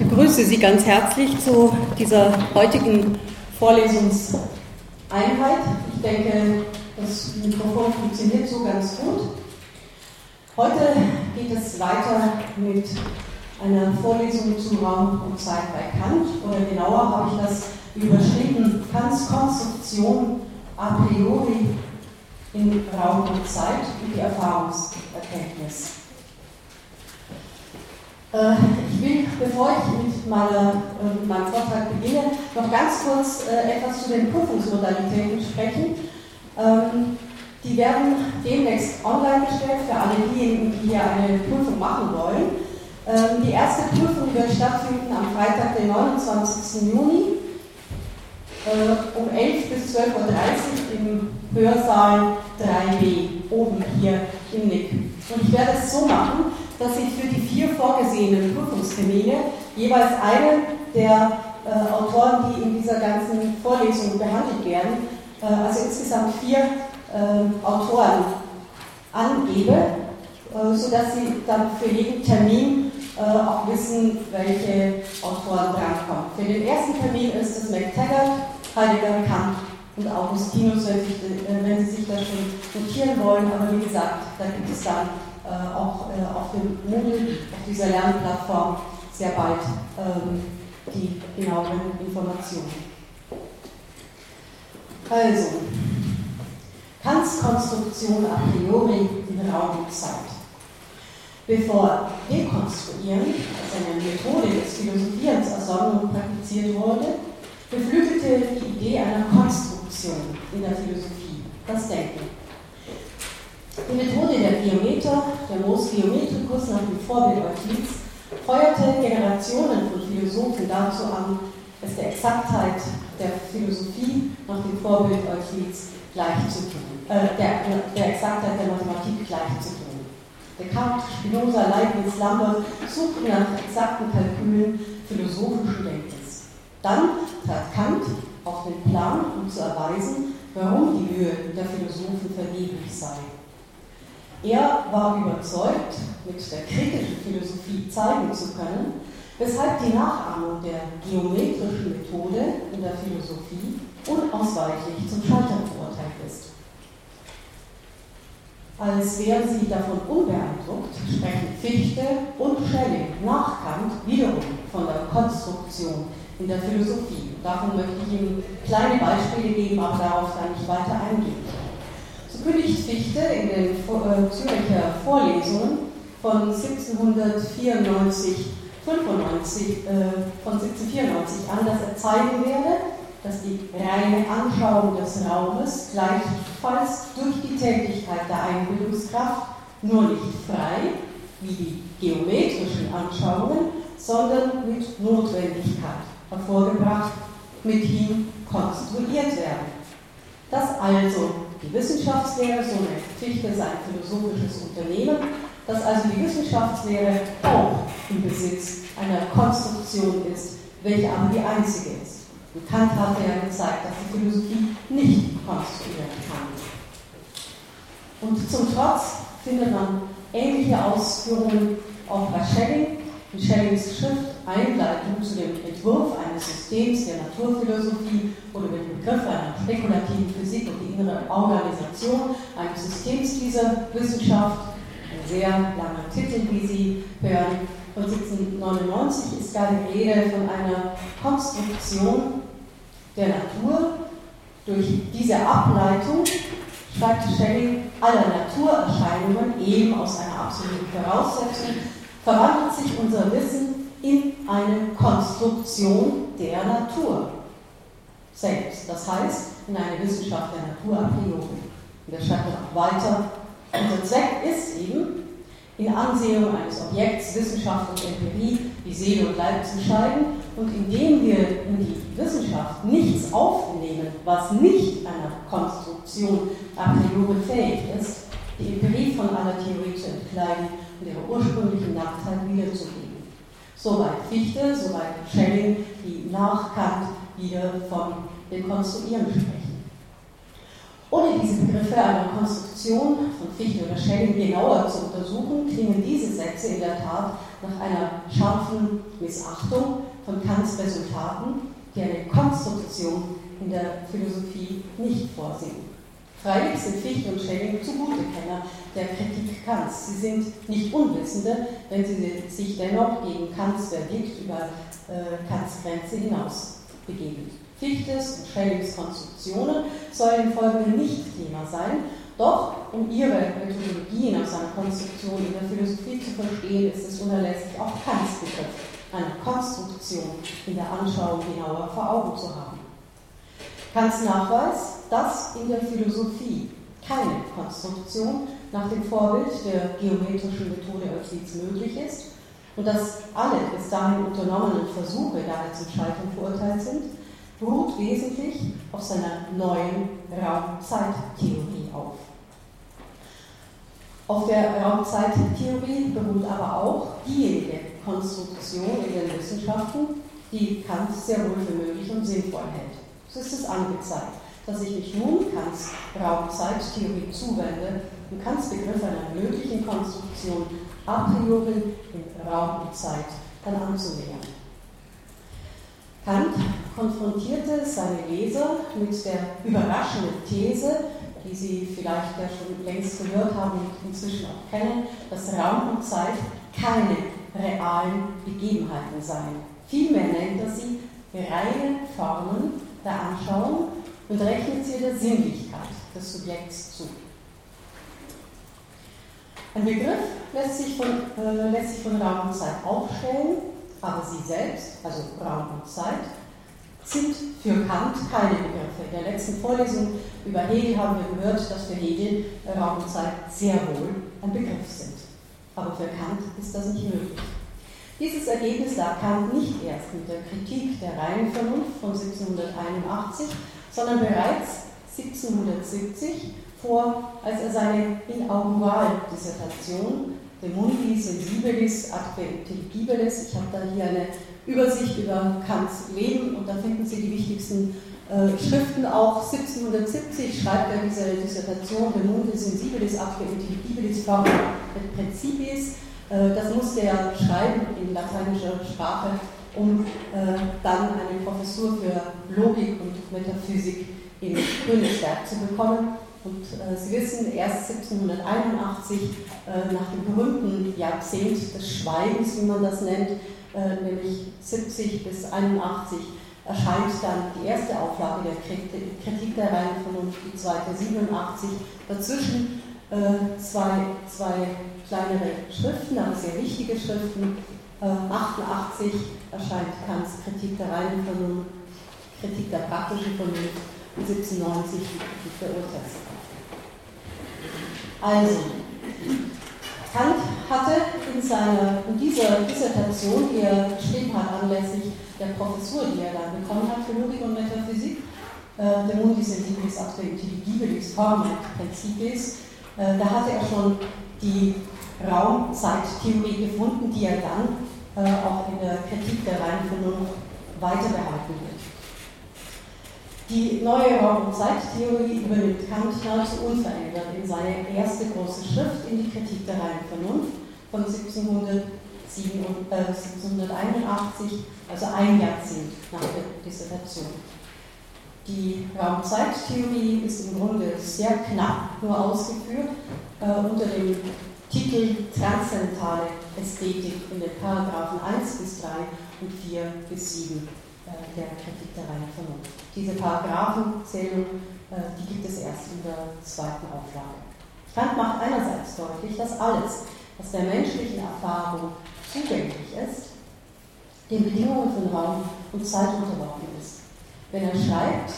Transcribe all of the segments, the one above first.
begrüße Sie ganz herzlich zu dieser heutigen Vorlesungseinheit. Ich denke, das Mikrofon funktioniert so ganz gut. Heute geht es weiter mit einer Vorlesung zu Raum und Zeit bei Kant, oder genauer habe ich das überschrieben: Kants Konstruktion a priori in Raum und Zeit und die Erfahrungserkenntnis. Ich will, bevor ich mit meinem Vortrag beginne, noch ganz kurz etwas zu den Prüfungsmodalitäten sprechen. Die werden demnächst online gestellt für alle diejenigen, die hier eine Prüfung machen wollen. Die erste Prüfung wird stattfinden am Freitag, den 29. Juni um 11 bis 12.30 Uhr im Hörsaal 3b, oben hier im Nick. Und ich werde es so machen, dass ich für die 4 vorgesehenen Prüfungstermine jeweils einen der Autoren, die in dieser ganzen Vorlesung behandelt werden, also insgesamt 4 Autoren angebe, sodass Sie dann für jeden Termin auch wissen, welche Autoren drankommen. Für den ersten Termin ist es McTaggart, Heidegger, Kant und Augustinus, wenn Sie sich das schon notieren wollen. Aber wie gesagt, da gibt es dann auch auf dem Moodle, auf dieser Lernplattform, sehr bald die genaueren Informationen. Also, Kants Konstruktion a priori in Raum und Zeit. Bevor Dekonstruieren als eine Methode des Philosophierens ersonnen und praktiziert wurde, beflügelte die Idee einer Konstruktion in der Philosophie, das Denken. Die Methode der Geometer, der Mos Geometricus nach dem Vorbild Euklids, feuerte Generationen von Philosophen dazu an, es der Exaktheit der Philosophie nach dem Vorbild Euklids gleichzutun, der Exaktheit der Mathematik gleichzutun. Descartes, Spinoza, Leibniz, Lambert suchten nach exakten Kalkülen philosophischen Denkens. Dann trat Kant auf den Plan, um zu erweisen, warum die Mühe der Philosophen vergeblich sei. Er war überzeugt, mit der kritischen Philosophie zeigen zu können, weshalb die Nachahmung der geometrischen Methode in der Philosophie unausweichlich zum Scheitern verurteilt ist. Als wären sie davon unbeeindruckt, sprechen Fichte und Schelling nach Kant wiederum von der Konstruktion in der Philosophie. Davon möchte ich Ihnen kleine Beispiele geben, aber darauf kann ich weiter eingehen. So kündigt Fichte in den Zürcher Vorlesungen von 1794 an, dass er zeigen werde, dass die reine Anschauung des Raumes gleichfalls durch die Tätigkeit der Einbildungskraft nur nicht frei, wie die geometrischen Anschauungen, sondern mit Notwendigkeit hervorgebracht, mithin konstruiert werden. Dass also die Wissenschaftslehre, so nennt Fichte sein philosophisches Unternehmen, dass also die Wissenschaftslehre auch im Besitz einer Konstruktion ist, welche aber die einzige ist. Und Kant hatte ja gezeigt, dass die Philosophie nicht konstruieren kann. Und zum Trotz findet man ähnliche Ausführungen auch bei Schelling. In Schellings Schrift Einleitung zu dem Entwurf eines Systems der Naturphilosophie oder mit dem Begriff einer spekulativen Physik und die innere Organisation eines Systems dieser Wissenschaft, ein sehr langer Titel, wie Sie hören, von 1799 ist da die Rede von einer Konstruktion der Natur. Durch diese Ableitung, schreibt Schelling, aller Naturerscheinungen eben aus einer absoluten Voraussetzung, verwandelt sich unser Wissen in eine Konstruktion der Natur selbst. Das heißt, in eine Wissenschaft der Natur a priori. Und er schreibt dann auch weiter, unser Zweck ist eben, in Ansehung eines Objekts Wissenschaft und Empirie wie Seele und Leib zu scheiden, und indem wir in die Wissenschaft nichts aufnehmen, was nicht einer Konstruktion a priori fähig ist, die Empirie von aller Theorie zu entkleiden und ihre ursprünglichen Nachteile wiederzugeben. Soweit Fichte, soweit Schelling, die nach Kant wieder von dem Konstruieren sprechen. Ohne diese Begriffe einer Konstruktion von Fichte oder Schelling genauer zu untersuchen, klingen diese Sätze in der Tat nach einer scharfen Missachtung von Kants Resultaten, die eine Konstruktion in der Philosophie nicht vorsehen. Freilich sind Fichte und Schelling zu gute Kenner der Kritik Kants. Sie sind nicht Unwissende, wenn sie sich dennoch gegen Kants Verdikt über Kants Grenze hinaus begeben. Fichtes und Schellings Konstruktionen sollen im Folgenden nicht Thema sein, doch um ihre Methodologien aus einer Konstruktion in der Philosophie zu verstehen, ist es unerlässlich, auch Kants Begriff einer Konstruktion in der Anschauung genauer vor Augen zu haben. Kants Nachweis, dass in der Philosophie keine Konstruktion nach dem Vorbild der geometrischen Methode Euklids möglich ist und dass alle bis dahin unternommenen Versuche daher zum Scheitern verurteilt sind, beruht wesentlich auf seiner neuen Raum-Zeit-Theorie auf. Auf der Raum-Zeit-Theorie beruht aber auch diejenige Konstruktion in den Wissenschaften, die Kant sehr wohl für möglich und sinnvoll hält. So ist es angezeigt, dass ich mich nun Kants Raum-Zeit-Theorie zuwende und Kants Begriff einer möglichen Konstruktion a priori in Raum und Zeit dann anzunähern. Kant konfrontierte seine Leser mit der überraschenden These, die Sie vielleicht ja schon längst gehört haben und inzwischen auch kennen, dass Raum und Zeit keine realen Begebenheiten seien. Vielmehr nennt er sie reine Formen der Anschauung und rechnet sie der Sinnlichkeit des Subjekts zu. Ein Begriff lässt sich von Raum und Zeit aufstellen, aber sie selbst, also Raum und Zeit, sind für Kant keine Begriffe. In der letzten Vorlesung über Hegel haben wir gehört, dass für Hegel Raum und Zeit sehr wohl ein Begriff sind. Aber für Kant ist das nicht möglich. Dieses Ergebnis lag Kant nicht erst mit der Kritik der reinen Vernunft von 1781, sondern bereits 1770 vor, als er seine Inauguraldissertation De Mundi Sensibilis Atque Intelligibilis, ich habe da hier eine Übersicht über Kants Leben und da finden Sie die wichtigsten Schriften auch. 1770 schreibt er diese Dissertation De Mundi Sensibilis Atque Intelligibilis Forma et Principiis. Das musste er schreiben in lateinischer Sprache, um dann eine Professur für Logik und Metaphysik in Königsberg zu bekommen. Und Sie wissen, erst 1781, nach dem berühmten Jahrzehnt des Schweigens, wie man das nennt, nämlich 70 bis 81, erscheint dann die erste Auflage der Kritik der reinen Vernunft, die zweite 87, dazwischen zwei kleinere Schriften, aber sehr wichtige Schriften. 88 erscheint Kants Kritik der reinen Vernunft, Kritik der praktischen Vernunft und 1790 die Kritik der Urteilskraft. Also, Kant hatte in dieser Dissertation, die er geschrieben hat anlässlich der Professur, die er dann bekommen hat für Logik und Metaphysik, De Mundi Sensibilis Atque Intelligibilis Forma et Principiis, da hatte er schon die Raum-Zeit-Theorie gefunden, die er dann auch in der Kritik der reinen Vernunft weiter behalten wird. Die neue Raum- und Zeittheorie übernimmt Kant nahezu unverändert in seine erste große Schrift in die Kritik der reinen Vernunft von 1781, also ein Jahrzehnt nach der Dissertation. Die Raum- und Zeittheorie ist im Grunde sehr knapp nur ausgeführt unter dem Titel Transzendentale Ästhetik in den Paragraphen 1 bis 3 und 4 bis 7 der Kritik der reinen Vernunft. Diese Paragraphenzählung, die gibt es erst in der zweiten Auflage. Kant macht einerseits deutlich, dass alles, was der menschlichen Erfahrung zugänglich ist, den Bedingungen von Raum und Zeit unterworfen ist. Wenn er schreibt,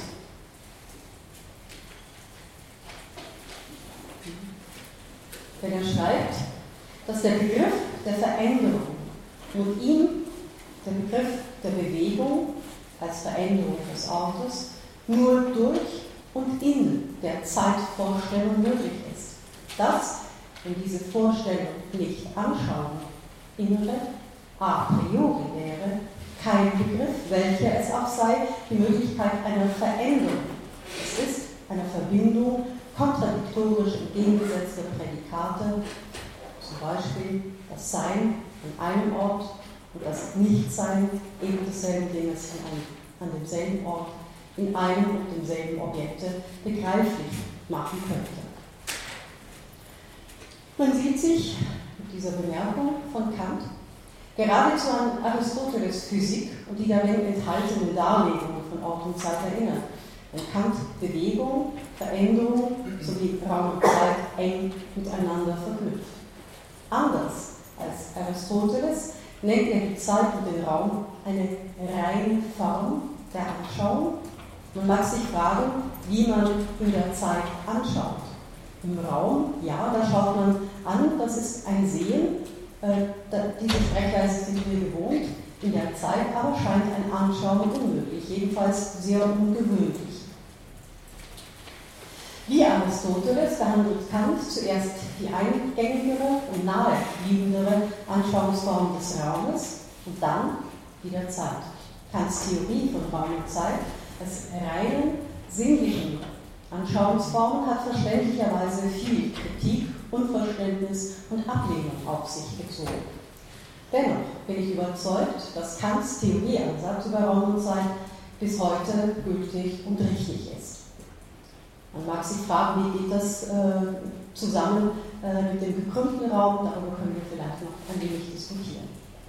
dass der Begriff der Veränderung und ihm der Begriff der Bewegung als Veränderung des Ortes nur durch und in der Zeitvorstellung möglich ist. Dass, wenn diese Vorstellung nicht Anschauung innere a priori wäre, kein Begriff, welcher es auch sei, die Möglichkeit einer Veränderung. Es ist einer Verbindung kontradiktorisch entgegengesetzter Prädikate, zum Beispiel das Sein an einem Ort und das Nichtsein eben desselben Dinges an demselben Ort in einem und demselben Objekte begreiflich machen könnte. Man sieht sich mit dieser Bemerkung von Kant geradezu an Aristoteles Physik und die darin enthaltenen Darlegungen von Ort und Zeit erinnert. Wenn Kant Bewegung, Veränderung sowie Raum und Zeit eng miteinander verknüpft. Anders als Aristoteles nennt er die Zeit und den Raum eine reine Form der Anschauung. Man mag sich fragen, wie man in der Zeit anschaut. Im Raum, ja, da schaut man an, das ist ein Sehen, diese Sprechweise sind wir gewohnt. In der Zeit aber scheint ein Anschauen unmöglich, jedenfalls sehr ungewöhnlich. Wie Aristoteles behandelt Kant zuerst die eingängigere und naheliegendere Anschauungsform des Raumes und dann die der Zeit. Kants Theorie von Raum und Zeit als reinen, sinnlichen Anschauungsformen hat verständlicherweise viel Kritik, Unverständnis und Ablehnung auf sich gezogen. Dennoch bin ich überzeugt, dass Kants Theorieansatz über Raum und Zeit bis heute gültig und richtig ist. Man mag sich fragen, wie geht das zusammen mit dem gekrümmten Raum, darüber können wir vielleicht noch ein wenig diskutieren.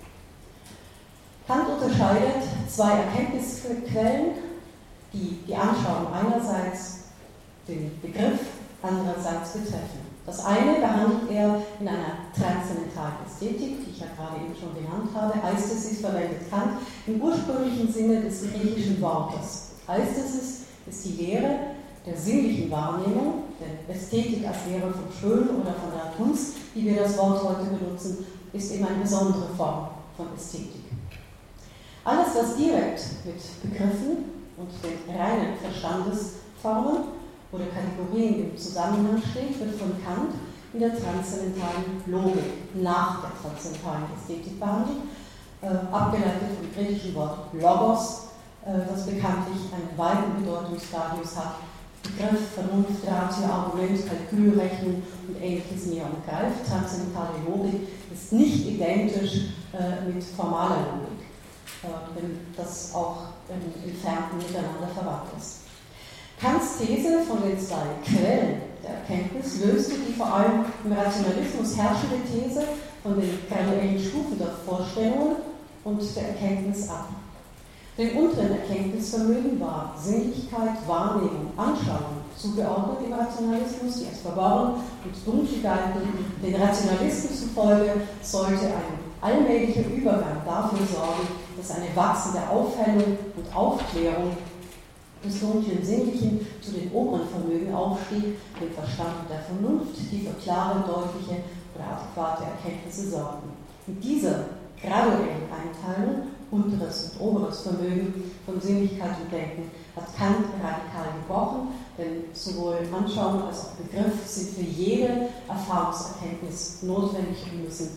Kant unterscheidet zwei Erkenntnisquellen, die die Anschauung einerseits den Begriff andererseits betreffen. Das eine behandelt er in einer transzendentalen Ästhetik, die ich ja gerade eben schon genannt habe. Aesthesis verwendet Kant im ursprünglichen Sinne des griechischen Wortes. Aesthesis ist die Lehre der sinnlichen Wahrnehmung, denn Ästhetik als Lehre vom Schönen oder von der Kunst, wie wir das Wort heute benutzen, ist eben eine besondere Form von Ästhetik. Alles, was direkt mit Begriffen und den reinen Verstandesformen oder Kategorien im Zusammenhang steht, wird von Kant in der transzendentalen Logik nach der transzendentalen Ästhetik behandelt, abgeleitet vom griechischen Wort Logos, das bekanntlich einen weiten Bedeutungsradius hat, Begriff, Vernunft, Ratio, Argument, Kalkül, Rechnung und ähnliches mehr umgreift. Transzendentale Logik ist nicht identisch mit formaler Logik, wenn das auch im Entfernten miteinander verwandt ist. Kants These von den zwei Quellen der Erkenntnis löste die vor allem im Rationalismus herrschende These von den graduellen Stufen der Vorstellungen und der Erkenntnis ab. Den unteren Erkenntnisvermögen war Sinnlichkeit, Wahrnehmung, Anschauung zugeordnet im Rationalismus, die als verworren und dunkel galten. Den Rationalisten zufolge sollte ein allmählicher Übergang dafür sorgen, dass eine wachsende Aufhellung und Aufklärung des dunklen Sinnlichen zu den oberen Vermögen aufstieg, dem Verstand und der Vernunft, die für klare, deutliche oder adäquate Erkenntnisse sorgten. Mit dieser graduellen Einteilung, unteres und oberes Vermögen von Sinnlichkeit und Denken, hat Kant radikal gebrochen, denn sowohl Anschauung als auch Begriff sind für jede Erfahrungserkenntnis notwendig und müssen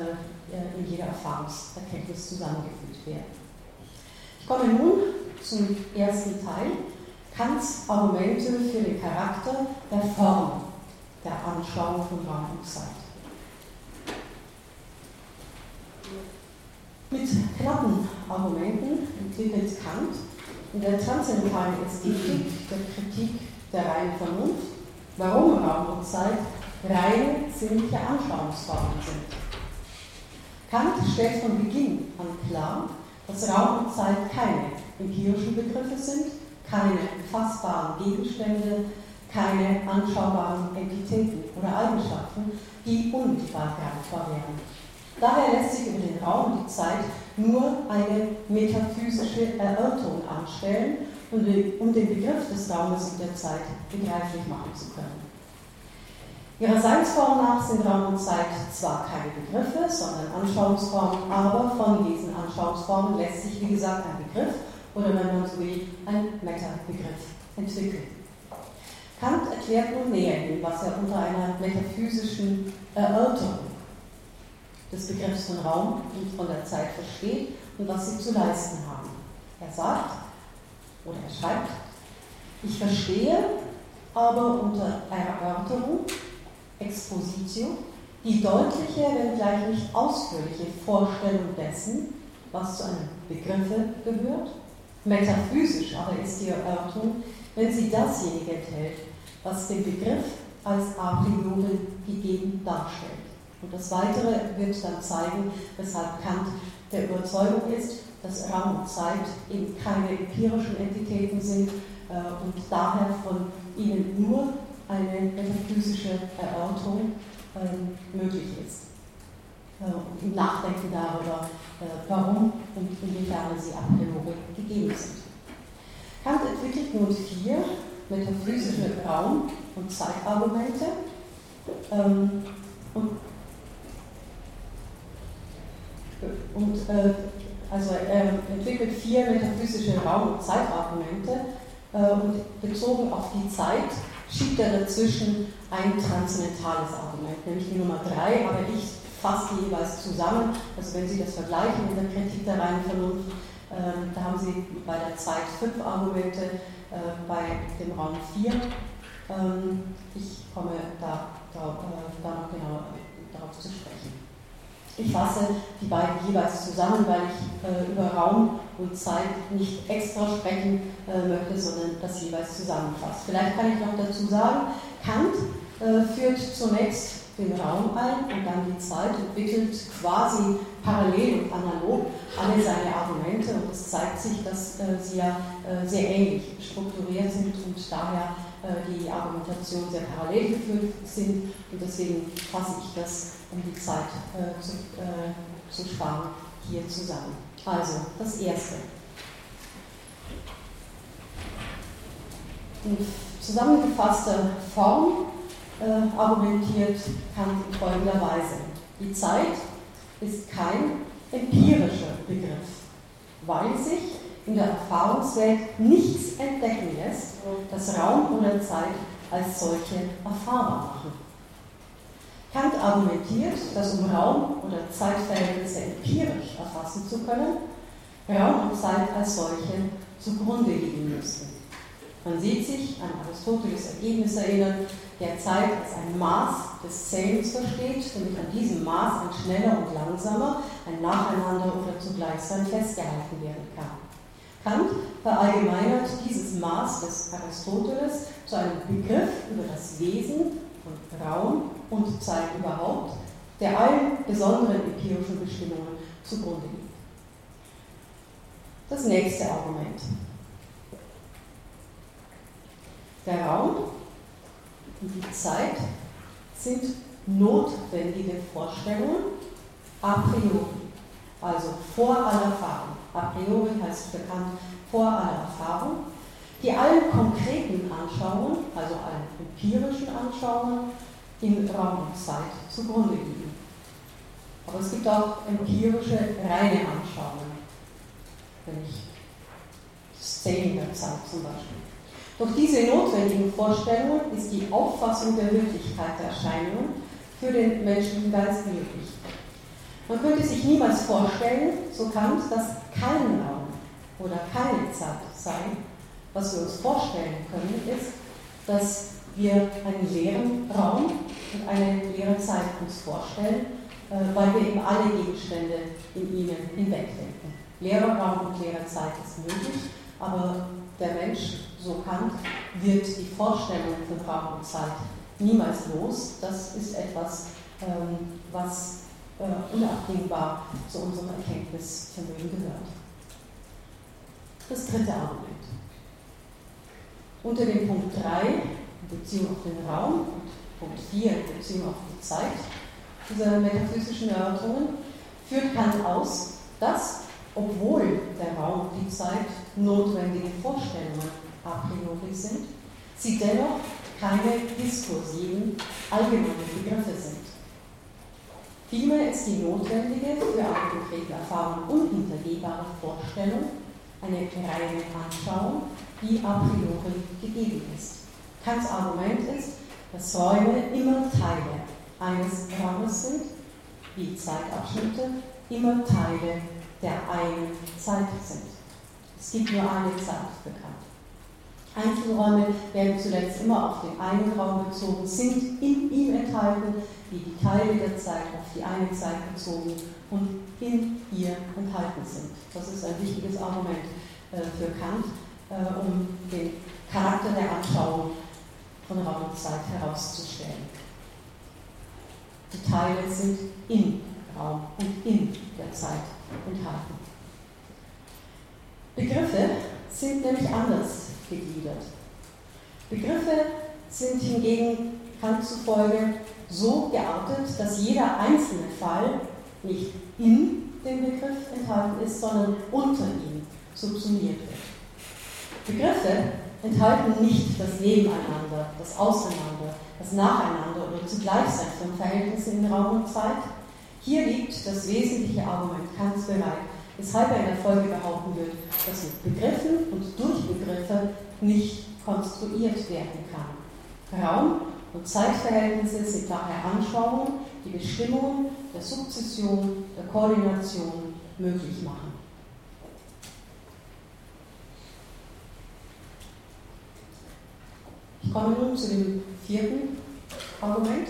in jeder Erfahrungserkenntnis zusammengefügt werden. Ich komme nun zum ersten Teil, Kants Argumente für den Charakter der Form der Anschauung von Raum und Zeit. Mit knappen Argumenten entwickelt Kant in der transzendentalen Ästhetik der Kritik der reinen Vernunft, warum Raum und Zeit reine sinnliche Anschauungsformen sind. Kant stellt von Beginn an klar, dass Raum und Zeit keine empirischen Begriffe sind, keine fassbaren Gegenstände, keine anschaubaren Entitäten oder Eigenschaften, die unmittelbar greifbar wären. Daher lässt sich über den Raum und die Zeit nur eine metaphysische Erörterung anstellen, um den Begriff des Raumes und der Zeit begreiflich machen zu können. Ihrer Seinsform nach sind Raum und Zeit zwar keine Begriffe, sondern Anschauungsformen, aber von diesen Anschauungsformen lässt sich, wie gesagt, ein Begriff oder, wenn man so will, ein Metabegriff entwickeln. Kant erklärt nun näher hin, was er unter einer metaphysischen Erörterung des Begriffs von Raum und von der Zeit versteht und was sie zu leisten haben. Er sagt, oder er schreibt, ich verstehe, aber unter Erörterung, Expositio, die deutliche, wenngleich nicht ausführliche Vorstellung dessen, was zu einem Begriffe gehört. Metaphysisch aber ist die Erörterung, wenn sie dasjenige enthält, was den Begriff als a priori gegeben darstellt. Und das Weitere wird dann zeigen, weshalb Kant der Überzeugung ist, dass Raum und Zeit eben keine empirischen Entitäten sind und daher von ihnen nur eine metaphysische Erörterung möglich ist. Im Nachdenken darüber, warum und inwiefern sie a priori gegeben sind. Kant entwickelt nun 4 metaphysische Raum- und Zeitargumente also er entwickelt 4 metaphysische Raum- und Zeitargumente und bezogen auf die Zeit schiebt er dazwischen ein transzendentales Argument, nämlich die Nummer 3, aber ich fasse die jeweils zusammen. Also wenn Sie das vergleichen in der Kritik der reinen Vernunft, da haben Sie bei der Zeit 5 Argumente, bei dem Raum 4. Ich komme da noch genauer darauf zu sprechen. Ich fasse die beiden jeweils zusammen, weil ich über Raum und Zeit nicht extra sprechen möchte, sondern das jeweils zusammenfasst. Vielleicht kann ich noch dazu sagen, Kant führt zunächst den Raum ein und dann die Zeit und entwickelt quasi parallel und analog alle seine Argumente und es zeigt sich, dass sie ja sehr ähnlich strukturiert sind und daher die Argumentation sehr parallel geführt sind und deswegen fasse ich das, um die Zeit zu sparen, hier zusammen. Also, das Erste. In zusammengefasster Form argumentiert Kant in folgender Weise. Die Zeit ist kein empirischer Begriff, weil sich in der Erfahrungswelt nichts entdecken lässt, das Raum oder Zeit als solche erfahrbar machen. Kant argumentiert, dass um Raum- oder Zeitverhältnisse empirisch erfassen zu können, Raum und Zeit als solche zugrunde liegen müssten. Man sieht sich an Aristoteles Ergebnis erinnern, der Zeit als ein Maß des Zählens versteht, damit an diesem Maß ein schneller und langsamer, ein Nacheinander oder zugleich sein festgehalten werden kann. Kant verallgemeinert dieses Maß des Aristoteles zu einem Begriff über das Wesen von Raum und Zeit überhaupt, der allen besonderen empirischen Bestimmungen zugrunde liegt. Das nächste Argument. Der Raum und die Zeit sind notwendige Vorstellungen a priori, also vor aller Erfahrung. A priori heißt bekannt vor aller Erfahrung, die allen konkreten Anschauungen, also allen empirischen Anschauungen, in Raum und Zeit zugrunde liegen. Aber es gibt auch empirische, reine Anschauungen, wenn ich das Zählen der Zeit zum Beispiel. Durch diese notwendigen Vorstellungen ist die Auffassung der Wirklichkeit der Erscheinungen für den menschlichen Geist möglich. Man könnte sich niemals vorstellen, so Kant, dass kein Raum oder keine Zeit sei. Was wir uns vorstellen können, ist, dass wir einen leeren Raum und eine leere Zeit uns vorstellen, weil wir eben alle Gegenstände in ihnen hinwegdenken. Leerer Raum und leere Zeit ist möglich, aber der Mensch, so Kant, wird die Vorstellung von Raum und Zeit niemals los. Das ist etwas, was unabdingbar zu unserem Erkenntnisvermögen gehört. Das dritte Argument. Unter dem Punkt 3 in Beziehung auf den Raum und Punkt 4 in Beziehung auf die Zeit dieser metaphysischen Erörterungen führt Kant aus, dass, obwohl der Raum und die Zeit notwendige Vorstellungen a priori sind, sie dennoch keine diskursiven, allgemeinen Begriffe sind. Vielmehr ist die notwendige, für eine konkrete Erfahrung unhintergehbare Vorstellung eine reine Anschauung, die a priori gegeben ist. Kants Argument ist, dass Räume immer Teile eines Raumes sind, wie Zeitabschnitte immer Teile der einen Zeit sind. Es gibt nur eine Zeit bekannt. Einzelräume werden zuletzt immer auf den einen Raum bezogen, sind in ihm enthalten, wie die Teile der Zeit auf die eine Zeit bezogen und in ihr enthalten sind. Das ist ein wichtiges Argument für Kant, um den Charakter der Anschauung von Raum und Zeit herauszustellen. Die Teile sind in Raum und in der Zeit enthalten. Begriffe sind nämlich anders gegliedert. Begriffe sind hingegen Kant zufolge so geartet, dass jeder einzelne Fall nicht in dem Begriff enthalten ist, sondern unter ihm subsumiert wird. Begriffe enthalten nicht das Nebeneinander, das Auseinander, das Nacheinander oder Zugleichsein von Verhältnissen in Raum und Zeit. Hier liegt das wesentliche Argument Kants bereit, weshalb er in der Folge behaupten wird, dass mit Begriffen und durch Begriffe nicht konstruiert werden kann. Raum- und Zeitverhältnisse sind daher Anschauungen, die Bestimmungen der Sukzession, der Koordination möglich machen. Ich komme nun zu dem vierten Argument.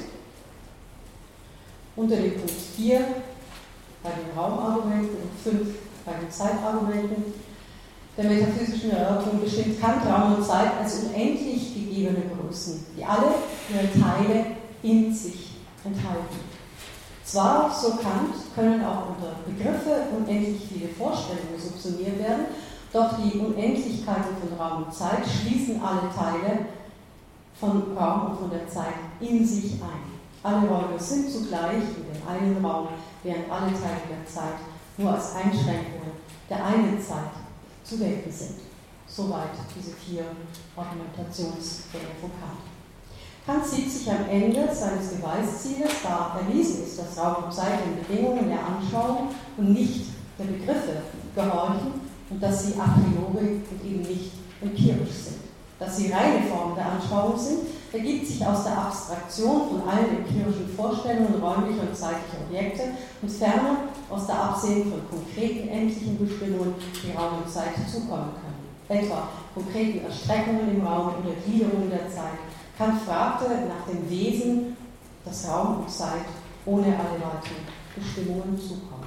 Unter dem Punkt 4 bei den Raumargumenten und 5 bei den Zeitargumenten der metaphysischen Erörterung bestimmt Kant Raum und Zeit als unendlich gegebene Größen, die alle ihre Teile in sich enthalten. Zwar, so Kant, können auch unter Begriffe unendlich viele Vorstellungen subsumiert werden, doch die Unendlichkeiten von Raum und Zeit schließen alle Teile von Raum und von der Zeit in sich ein. Alle Räume sind zugleich in dem einen Raum, während alle Teile der Zeit nur als Einschränkungen der einen Zeit zu denken sind. Soweit diese 4 Argumentationsfälle von Kant. Kant sieht sich am Ende seines Beweiszieles, da erwiesen ist, dass Raum und Zeit den Bedingungen der Anschauung und nicht der Begriffe gehorchen und dass sie a priori und eben nicht empirisch sind. Dass sie reine Formen der Anschauung sind, ergibt sich aus der Abstraktion von allen empirischen Vorstellungen räumlicher und zeitlicher Objekte und ferner aus der Absehung von konkreten endlichen Bestimmungen, die Raum und Zeit zukommen können. Etwa konkreten Erstreckungen im Raum oder Gliederungen der Zeit. Kant fragte nach dem Wesen, das Raum und Zeit ohne alle weiteren Bestimmungen zukommt.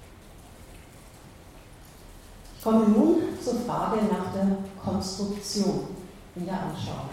Ich komme nun zur Frage nach der Konstruktion in der Anschauung.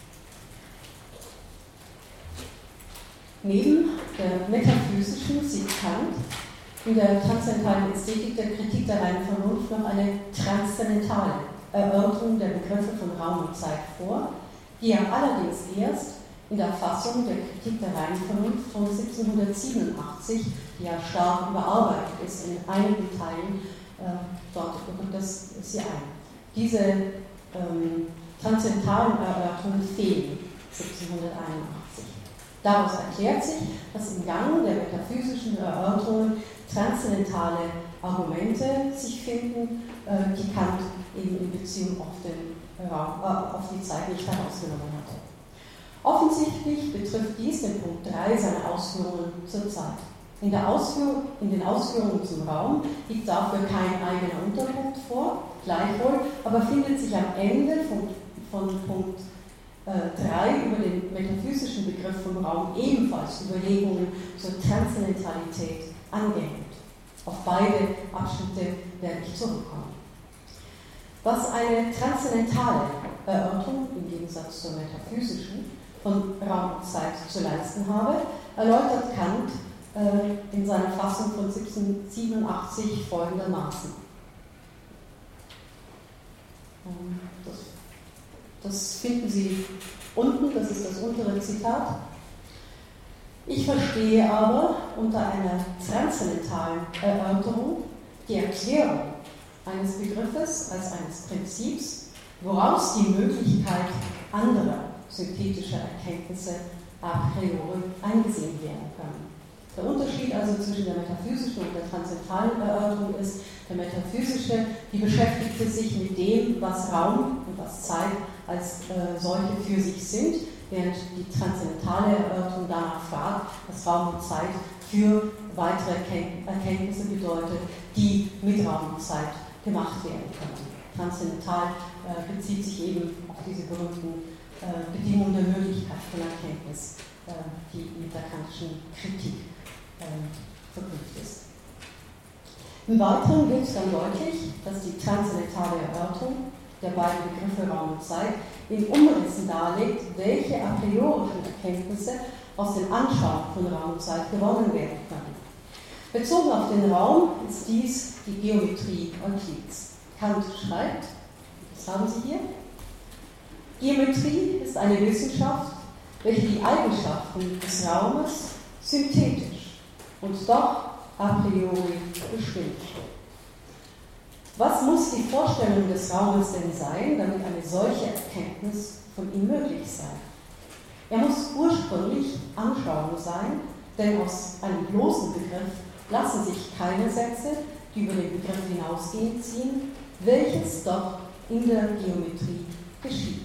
Neben der metaphysischen sieht Kant in der transzendentalen Ästhetik der Kritik der reinen Vernunft noch eine transzendentale Erörterung der Begriffe von Raum und Zeit vor, die er allerdings erst in der Fassung der Kritik der reinen Vernunft von 1787, die ja stark überarbeitet ist in einigen Teilen, dort rückt das sie ein. Diese transzendentalen Erörterungen fehlen 1781. Daraus erklärt sich, dass im Gang der metaphysischen Erörterungen transzendentale Argumente sich finden, die Kant eben in Beziehung auf die Zeit nicht herausgenommen hatte. Offensichtlich betrifft dies den Punkt 3 seiner Ausführungen zur Zeit. In den Ausführungen zum Raum liegt dafür kein eigener Unterpunkt vor, gleichwohl, aber findet sich am Ende von Punkt 3 über den metaphysischen Begriff vom Raum ebenfalls Überlegungen zur Transzendentalität angehängt. Auf beide Abschnitte werde ich zurückkommen. Was eine transzendentale Erörterung im Gegensatz zur metaphysischen von Raum und Zeit zu leisten habe, erläutert Kant in seiner Fassung von 1787 folgendermaßen. Das finden Sie unten, das ist das untere Zitat. Ich verstehe aber unter einer transzendentalen Erörterung die Erklärung eines Begriffes als eines Prinzips, woraus die Möglichkeit anderer synthetischer Erkenntnisse a priori eingesehen werden können. Der Unterschied also zwischen der metaphysischen und der transzendentalen Erörterung ist, der metaphysische, die beschäftigte sich mit dem, was Raum und was Zeit als solche für sich sind, während die transzendentale Erörterung danach fragt, was Raum und Zeit für weitere Erkenntnisse bedeutet, die mit Raum und Zeit gemacht werden können. Transzendental bezieht sich eben auf diese berühmten Bedingungen der Möglichkeit von Erkenntnis, die mit der kantischen Kritik verknüpft ist. Im Weiteren wird dann deutlich, dass die transzendentale Erörterung der beiden Begriffe Raum und Zeit in Umrissen darlegt, welche a priorischen Erkenntnisse aus dem Anschauen von Raum und Zeit gewonnen werden können. Bezogen auf den Raum ist dies die Geometrie Euklids. Kant schreibt, das haben Sie hier, Geometrie ist eine Wissenschaft, welche die Eigenschaften des Raumes synthetisch und doch a priori bestimmt. Was muss die Vorstellung des Raumes denn sein, damit eine solche Erkenntnis von ihm möglich sei? Er muss ursprünglich Anschauung sein, denn aus einem bloßen Begriff lassen sich keine Sätze, die über den Begriff hinausgehen, ziehen, welches doch in der Geometrie geschieht.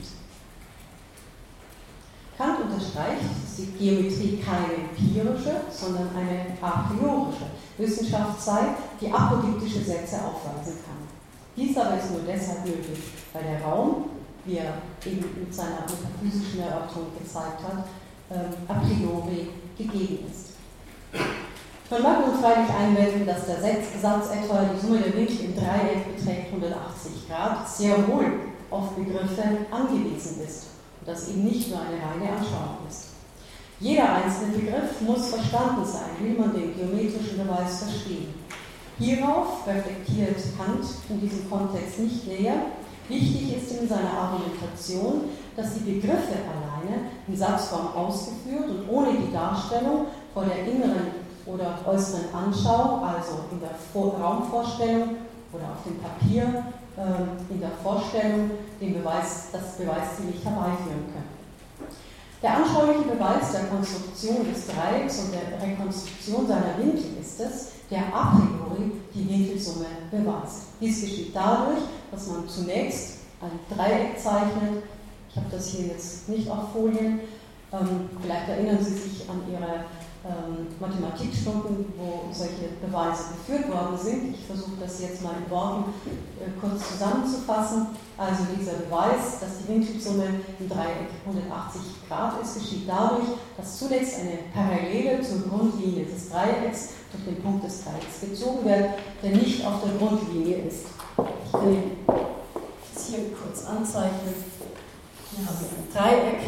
Kant unterstreicht, dass die Geometrie keine empirische, sondern eine a priorische Wissenschaft sei, die apodiktische Sätze aufweisen kann. Dies aber ist nur deshalb möglich, weil der Raum, wie er eben mit seiner metaphysischen Erörterung gezeigt hat, a priori gegeben ist. Man mag nun freilich einwenden, dass der Satz etwa die Summe der Winkel im Dreieck beträgt 180 Grad sehr wohl auf Begriffe angewiesen ist und das eben nicht nur eine reine Anschauung ist. Jeder einzelne Begriff muss verstanden sein, will man den geometrischen Beweis verstehen. Hierauf reflektiert Kant in diesem Kontext nicht näher. Wichtig ist in seiner Argumentation, dass die Begriffe alleine in Satzform ausgeführt und ohne die Darstellung von der inneren oder äußeren Anschauung, also in der Raumvorstellung oder auf dem Papier, in der Vorstellung, das Beweisziel nicht herbeiführen können. Der anschauliche Beweis der Konstruktion des Dreiecks und der Rekonstruktion seiner Winkel ist es, der a priori die Winkelsumme beweist. Dies geschieht dadurch, dass man zunächst ein Dreieck zeichnet. Ich habe das hier jetzt nicht auf Folien. Vielleicht erinnern Sie sich an Ihre Mathematikstunden, wo solche Beweise geführt worden sind. Ich versuche das jetzt mal in Worten kurz zusammenzufassen. Also dieser Beweis, dass die Winkelsumme im Dreieck 180 Grad ist, geschieht dadurch, dass zunächst eine Parallele zur Grundlinie des Dreiecks durch den Punkt des Dreiecks gezogen wird, der nicht auf der Grundlinie ist. Ich kann Ihnen das hier kurz anzeichnen. Hier haben wir ein Dreieck.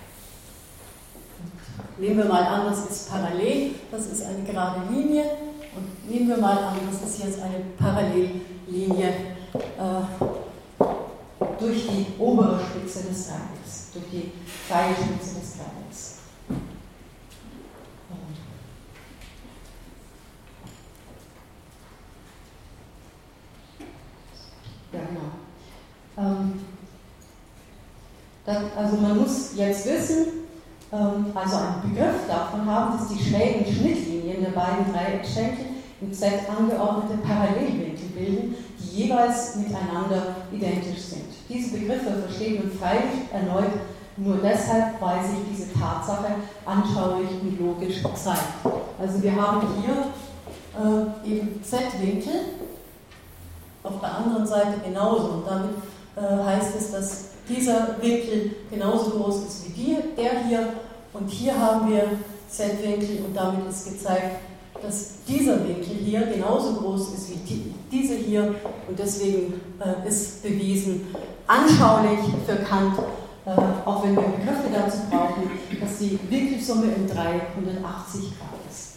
Nehmen wir mal an, das ist parallel, das ist eine gerade Linie. Und nehmen wir mal an, das ist jetzt eine Parallellinie durch die obere Spitze des Dreiecks, durch die freie Spitze des Dreiecks. Ja, genau. Also man muss jetzt wissen, also einen Begriff davon haben, dass die schrägen Schnittlinien der beiden Dreieckschenkel im Z angeordnete Parallelwinkel bilden, die jeweils miteinander identisch sind. Diese Begriffe versteht man freilich erneut nur deshalb, weil sich diese Tatsache anschaulich und logisch zeigt. Also wir haben hier eben Z-Winkel, auf der anderen Seite genauso. Und damit heißt es, dass dieser Winkel genauso groß ist wie der hier. Und hier haben wir Z-Winkel und damit ist gezeigt, dass dieser Winkel hier genauso groß ist wie diese hier. Und deswegen ist bewiesen, anschaulich für Kant, auch wenn wir Begriffe dazu brauchen, dass die Winkelsumme im Dreieck 180 Grad ist.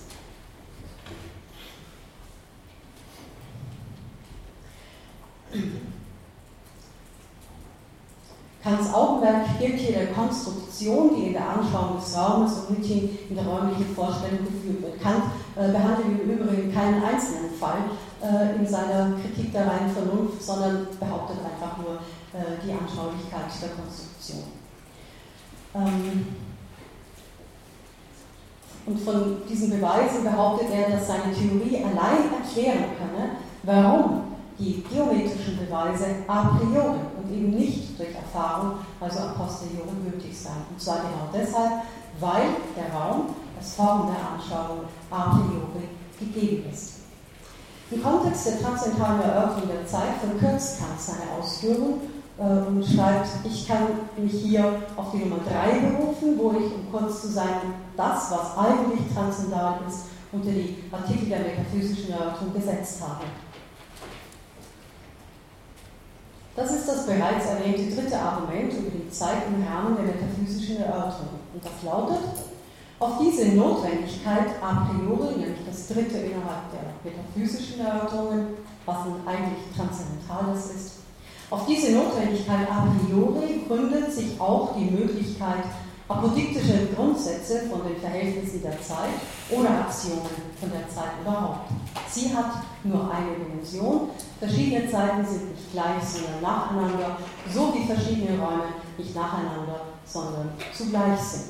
Kants Augenmerk gilt hier der Konstruktion, die in der Anschauung des Raumes und mithin in der räumlichen Vorstellung geführt wird. Kant behandelt im Übrigen keinen einzelnen Fall in seiner Kritik der reinen Vernunft, sondern behauptet einfach nur die Anschaulichkeit der Konstruktion. Und von diesen Beweisen behauptet er, dass seine Theorie allein erklären könne, warum die geometrischen Beweise a priori und eben nicht durch Erfahrung, also a posteriori, gültig seien. Und zwar genau deshalb, weil der Raum als Form der Anschauung a priori gegeben ist. Im Kontext der transzendentalen Erörterung der Zeit verkürzt Kant seine Ausführung und schreibt, ich kann mich hier auf die Nummer 3 berufen, wo ich, um kurz zu sein, das, was eigentlich transzendal ist, unter die Artikel der metaphysischen Erörterung gesetzt habe. Das ist das bereits erwähnte dritte Argument über die Zeit im Rahmen der metaphysischen Erörterung. Und das lautet, auf diese Notwendigkeit a priori, nämlich das dritte innerhalb der metaphysischen Erörterungen, was nun eigentlich Transzendentales ist, auf diese Notwendigkeit a priori gründet sich auch die Möglichkeit apodiktischer Grundsätze von den Verhältnissen der Zeit ohne Axiomen von der Zeit überhaupt. Sie hat nur eine Dimension, verschiedene Zeiten sind nicht gleich, sondern nacheinander, so wie verschiedene Räume nicht nacheinander, sondern zugleich sind.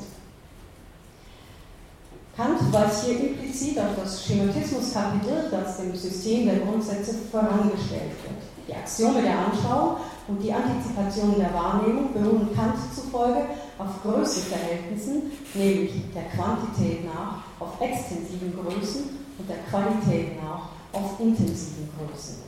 Kant weist hier implizit auf das Schematismuskapitel, das dem System der Grundsätze vorangestellt wird. Die Axiome der Anschauung und die Antizipation der Wahrnehmung beruhen Kant zufolge auf Größenverhältnissen, nämlich der Quantität nach auf extensiven Größen und der Qualität nach auf intensiven Größen.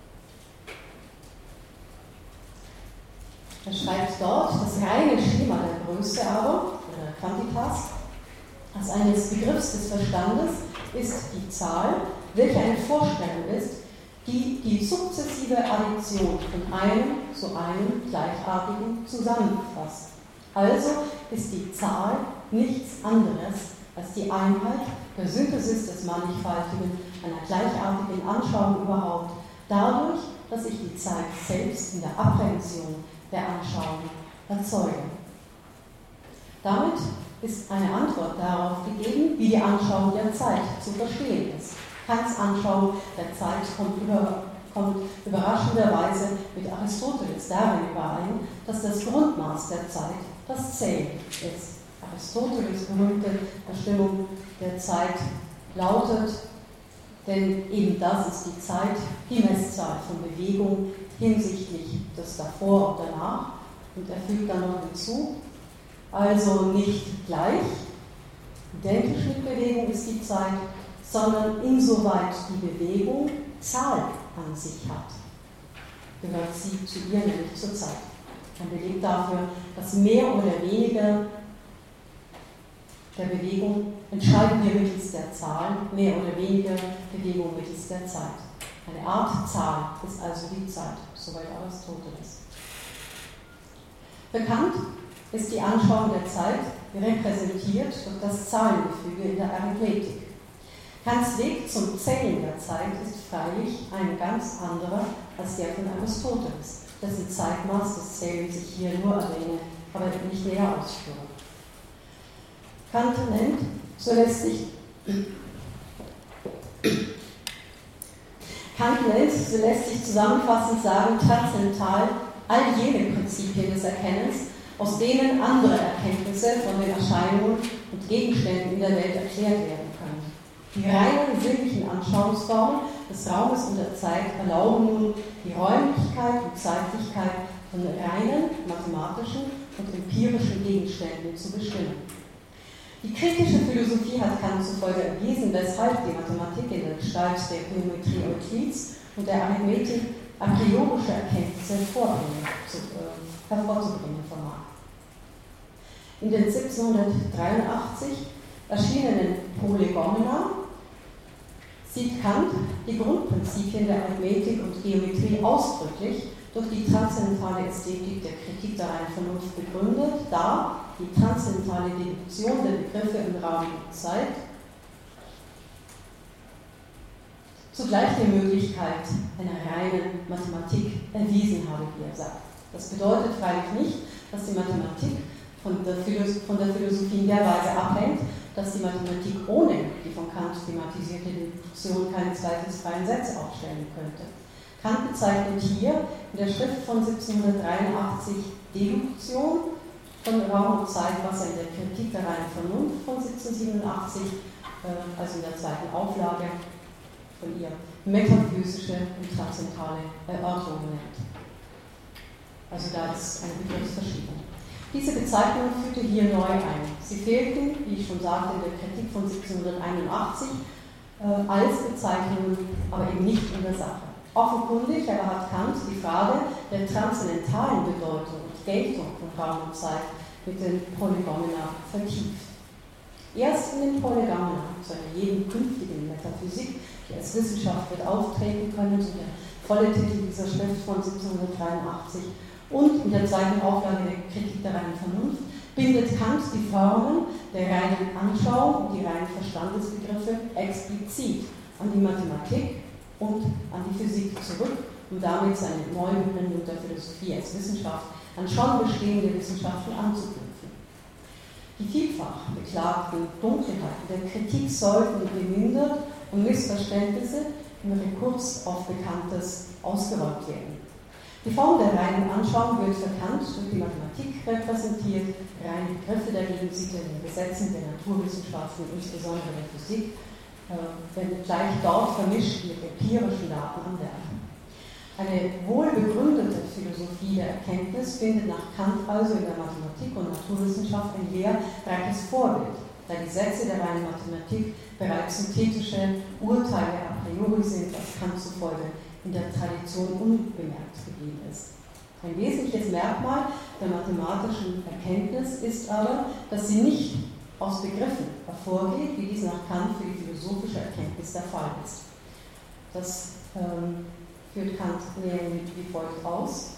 Er schreibt dort, das reine Schema der Größe aber, oder Quantitas, als eines Begriffs des Verstandes ist die Zahl, welche eine Vorstellung ist, die die sukzessive Addition von einem zu einem gleichartigen zusammenfasst. Also ist die Zahl nichts anderes als die Einheit der Synthesis des Mannigfaltigen, einer gleichartigen Anschauung überhaupt, dadurch, dass ich die Zeit selbst in der Apprehension der Anschauung erzeuge. Damit ist eine Antwort darauf gegeben, wie die Anschauung der Zeit zu verstehen ist. Kants Anschauung der Zeit kommt überraschenderweise mit Aristoteles darin überein, dass das Grundmaß der Zeit das Zählen ist. Aristoteles' berühmte Bestimmung der Zeit lautet, denn eben das ist die Zeit, die Messzahl von Bewegung hinsichtlich des Davor und Danach. Und er fügt dann noch hinzu, also nicht gleich, identisch mit Bewegung ist die Zeit, sondern insoweit die Bewegung Zahl an sich hat, gehört sie zu ihr, nämlich zur Zeit. Ein Beleg dafür, dass mehr oder weniger der Bewegung entscheiden wir mittels der Zahl, mehr oder weniger Bewegung mittels der Zeit. Eine Art Zahl ist also die Zeit, soweit Aristoteles. Bekannt ist die Anschauung der Zeit repräsentiert durch das Zahlengefüge in der Arithmetik. Kants Weg zum Zählen der Zeit ist freilich ein ganz anderer als der von Aristoteles, dessen Zeitmaß des Zählens ich hier nur erwähne, aber nicht näher ausführe. Kant nennt, so lässt sich zusammenfassend sagen, transzendental all jene Prinzipien des Erkennens, aus denen andere Erkenntnisse von den Erscheinungen und Gegenständen in der Welt erklärt werden können. Die reinen sinnlichen Anschauungsformen des Raumes und der Zeit erlauben nun die Räumlichkeit und Zeitlichkeit von reinen mathematischen und empirischen Gegenständen zu bestimmen. Die kritische Philosophie hat Kant zufolge erwiesen, weshalb die Mathematik in der Gestalt der Geometrie Euklids und der Arithmetik a priorische Erkenntnisse hervorzubringen vermag. In den 1783 erschienenen Prolegomena sieht Kant die Grundprinzipien der Arithmetik und Geometrie ausdrücklich durch die transzendentale Ästhetik der Kritik der reinen Vernunft begründet, da die transzendentale Deduktion der Begriffe im Raum und Zeit zugleich die Möglichkeit einer reinen Mathematik erwiesen habe, wie er sagt. Das bedeutet freilich nicht, dass die Mathematik von der Philosophie in der Weise abhängt, dass die Mathematik ohne die von Kant thematisierte Deduktion keine zweifelsfreien Sätze aufstellen könnte. Kant bezeichnet hier in der Schrift von 1783 Deduktion von Raum und Zeit, was er in der Kritik der reinen Vernunft von 1787, also in der zweiten Auflage von ihr, metaphysische und transzendentale Erörterungen nennt. Also da ist eine Begriffsverschiebung. Diese Bezeichnung führte hier neu ein. Sie fehlten, wie ich schon sagte, in der Kritik von 1781 als Bezeichnungen, aber eben nicht in der Sache. Offenkundig aber hat Kant die Frage der transzendentalen Bedeutung und Geltung von Raum und Zeit mit den Prolegomena vertieft. Erst in den Prolegomena, zu einer jeden künftigen Metaphysik, die als Wissenschaft wird auftreten können, so der volle Titel dieser Schrift von 1783, und in der zweiten Auflage der Kritik der reinen Vernunft, bindet Kant die Formen der reinen Anschauung und die reinen Verstandesbegriffe explizit an die Mathematik und an die Physik zurück, um damit seine Neubegründung der Philosophie als Wissenschaft an schon bestehende Wissenschaften anzuknüpfen. Die vielfach beklagten Dunkelheiten der Kritik sollten gemindert und Missverständnisse im Rekurs auf Bekanntes ausgeräumt werden. Die Form der reinen Anschauung wird für Kant durch die Mathematik repräsentiert, reine Begriffe dagegen sieht er in den Gesetzen der Naturwissenschaften, insbesondere der Physik, wenn gleich dort vermischt mit empirischen Daten am Werk. Eine wohlbegründete Philosophie der Erkenntnis findet nach Kant also in der Mathematik und Naturwissenschaft ein lehrreiches Vorbild, da die Sätze der reinen Mathematik bereits synthetische Urteile a priori sind, was Kant zufolge in der Tradition unbemerkt geblieben ist. Ein wesentliches Merkmal der mathematischen Erkenntnis ist aber, dass sie nicht aus Begriffen hervorgeht, wie dies nach Kant für die philosophische Erkenntnis der Fall ist. Das führt Kant nämlich wie folgt aus.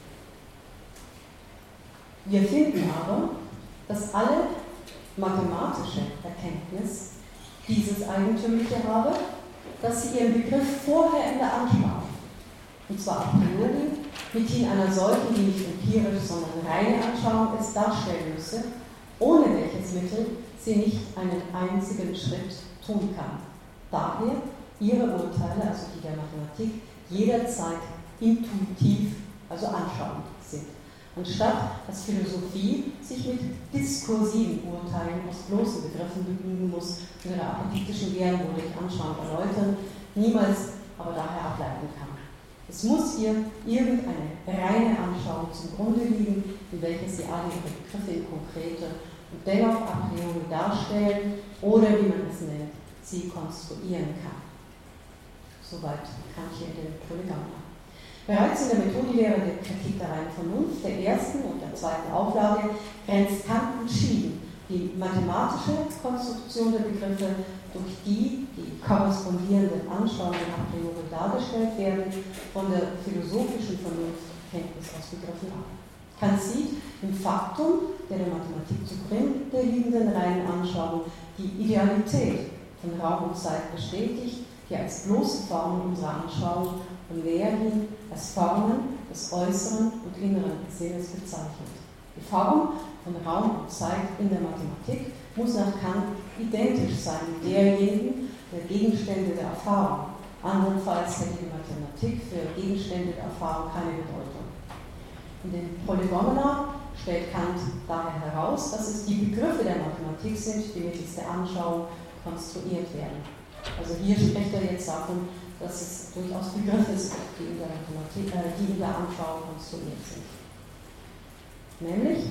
Wir finden aber, dass alle mathematische Erkenntnis dieses Eigentümliche habe, dass sie ihren Begriff vorher in der Anschauung, und zwar a priori, mithin einer solchen, die nicht empirisch, sondern reine Anschauung es darstellen müsse, ohne welches Mittel sie nicht einen einzigen Schritt tun kann. Daher ihre Urteile, also die der Mathematik, jederzeit intuitiv, also anschauend sind. Anstatt dass Philosophie sich mit diskursiven Urteilen aus bloßen Begriffen begnügen muss und ihre apoditischen Lehren, wo ich anschauend erläutern, niemals aber daher ableiten kann. Es muss ihr irgendeine reine Anschauung zum Grunde liegen, in welcher sie alle ihre Begriffe in konkrete und dennoch a priori darstellen oder, wie man es nennt, sie konstruieren kann. Soweit Kant hier in den Prolegomena. Bereits in der Methodenlehre der Kritik der reinen Vernunft, der ersten und der zweiten Auflage, grenzt Kant entschieden die mathematische Konstruktion der Begriffe durch die korrespondierenden Anschauungen a priori dargestellt werden, von der philosophischen Vernunftkenntnis aus Begriffen ab. Kant sieht im Faktum der Mathematik zugrunde liegenden reinen Anschauung die Idealität von Raum und Zeit bestätigt, die als bloße Formen unserer Anschauung und näherhin als Formen des äußeren und inneren Sinnes bezeichnet. Die Form von Raum und Zeit in der Mathematik muss nach Kant identisch sein mit derjenigen der Gegenstände der Erfahrung. Andernfalls hätte die Mathematik für Gegenstände der Erfahrung keine Bedeutung. In den Prolegomena stellt Kant daher heraus, dass es die Begriffe der Mathematik sind, die mittels der Anschauung konstruiert werden. Also hier spricht er jetzt davon, dass es durchaus Begriffe sind, die in der Mathematik, die in der Anschauung konstruiert sind. Nämlich,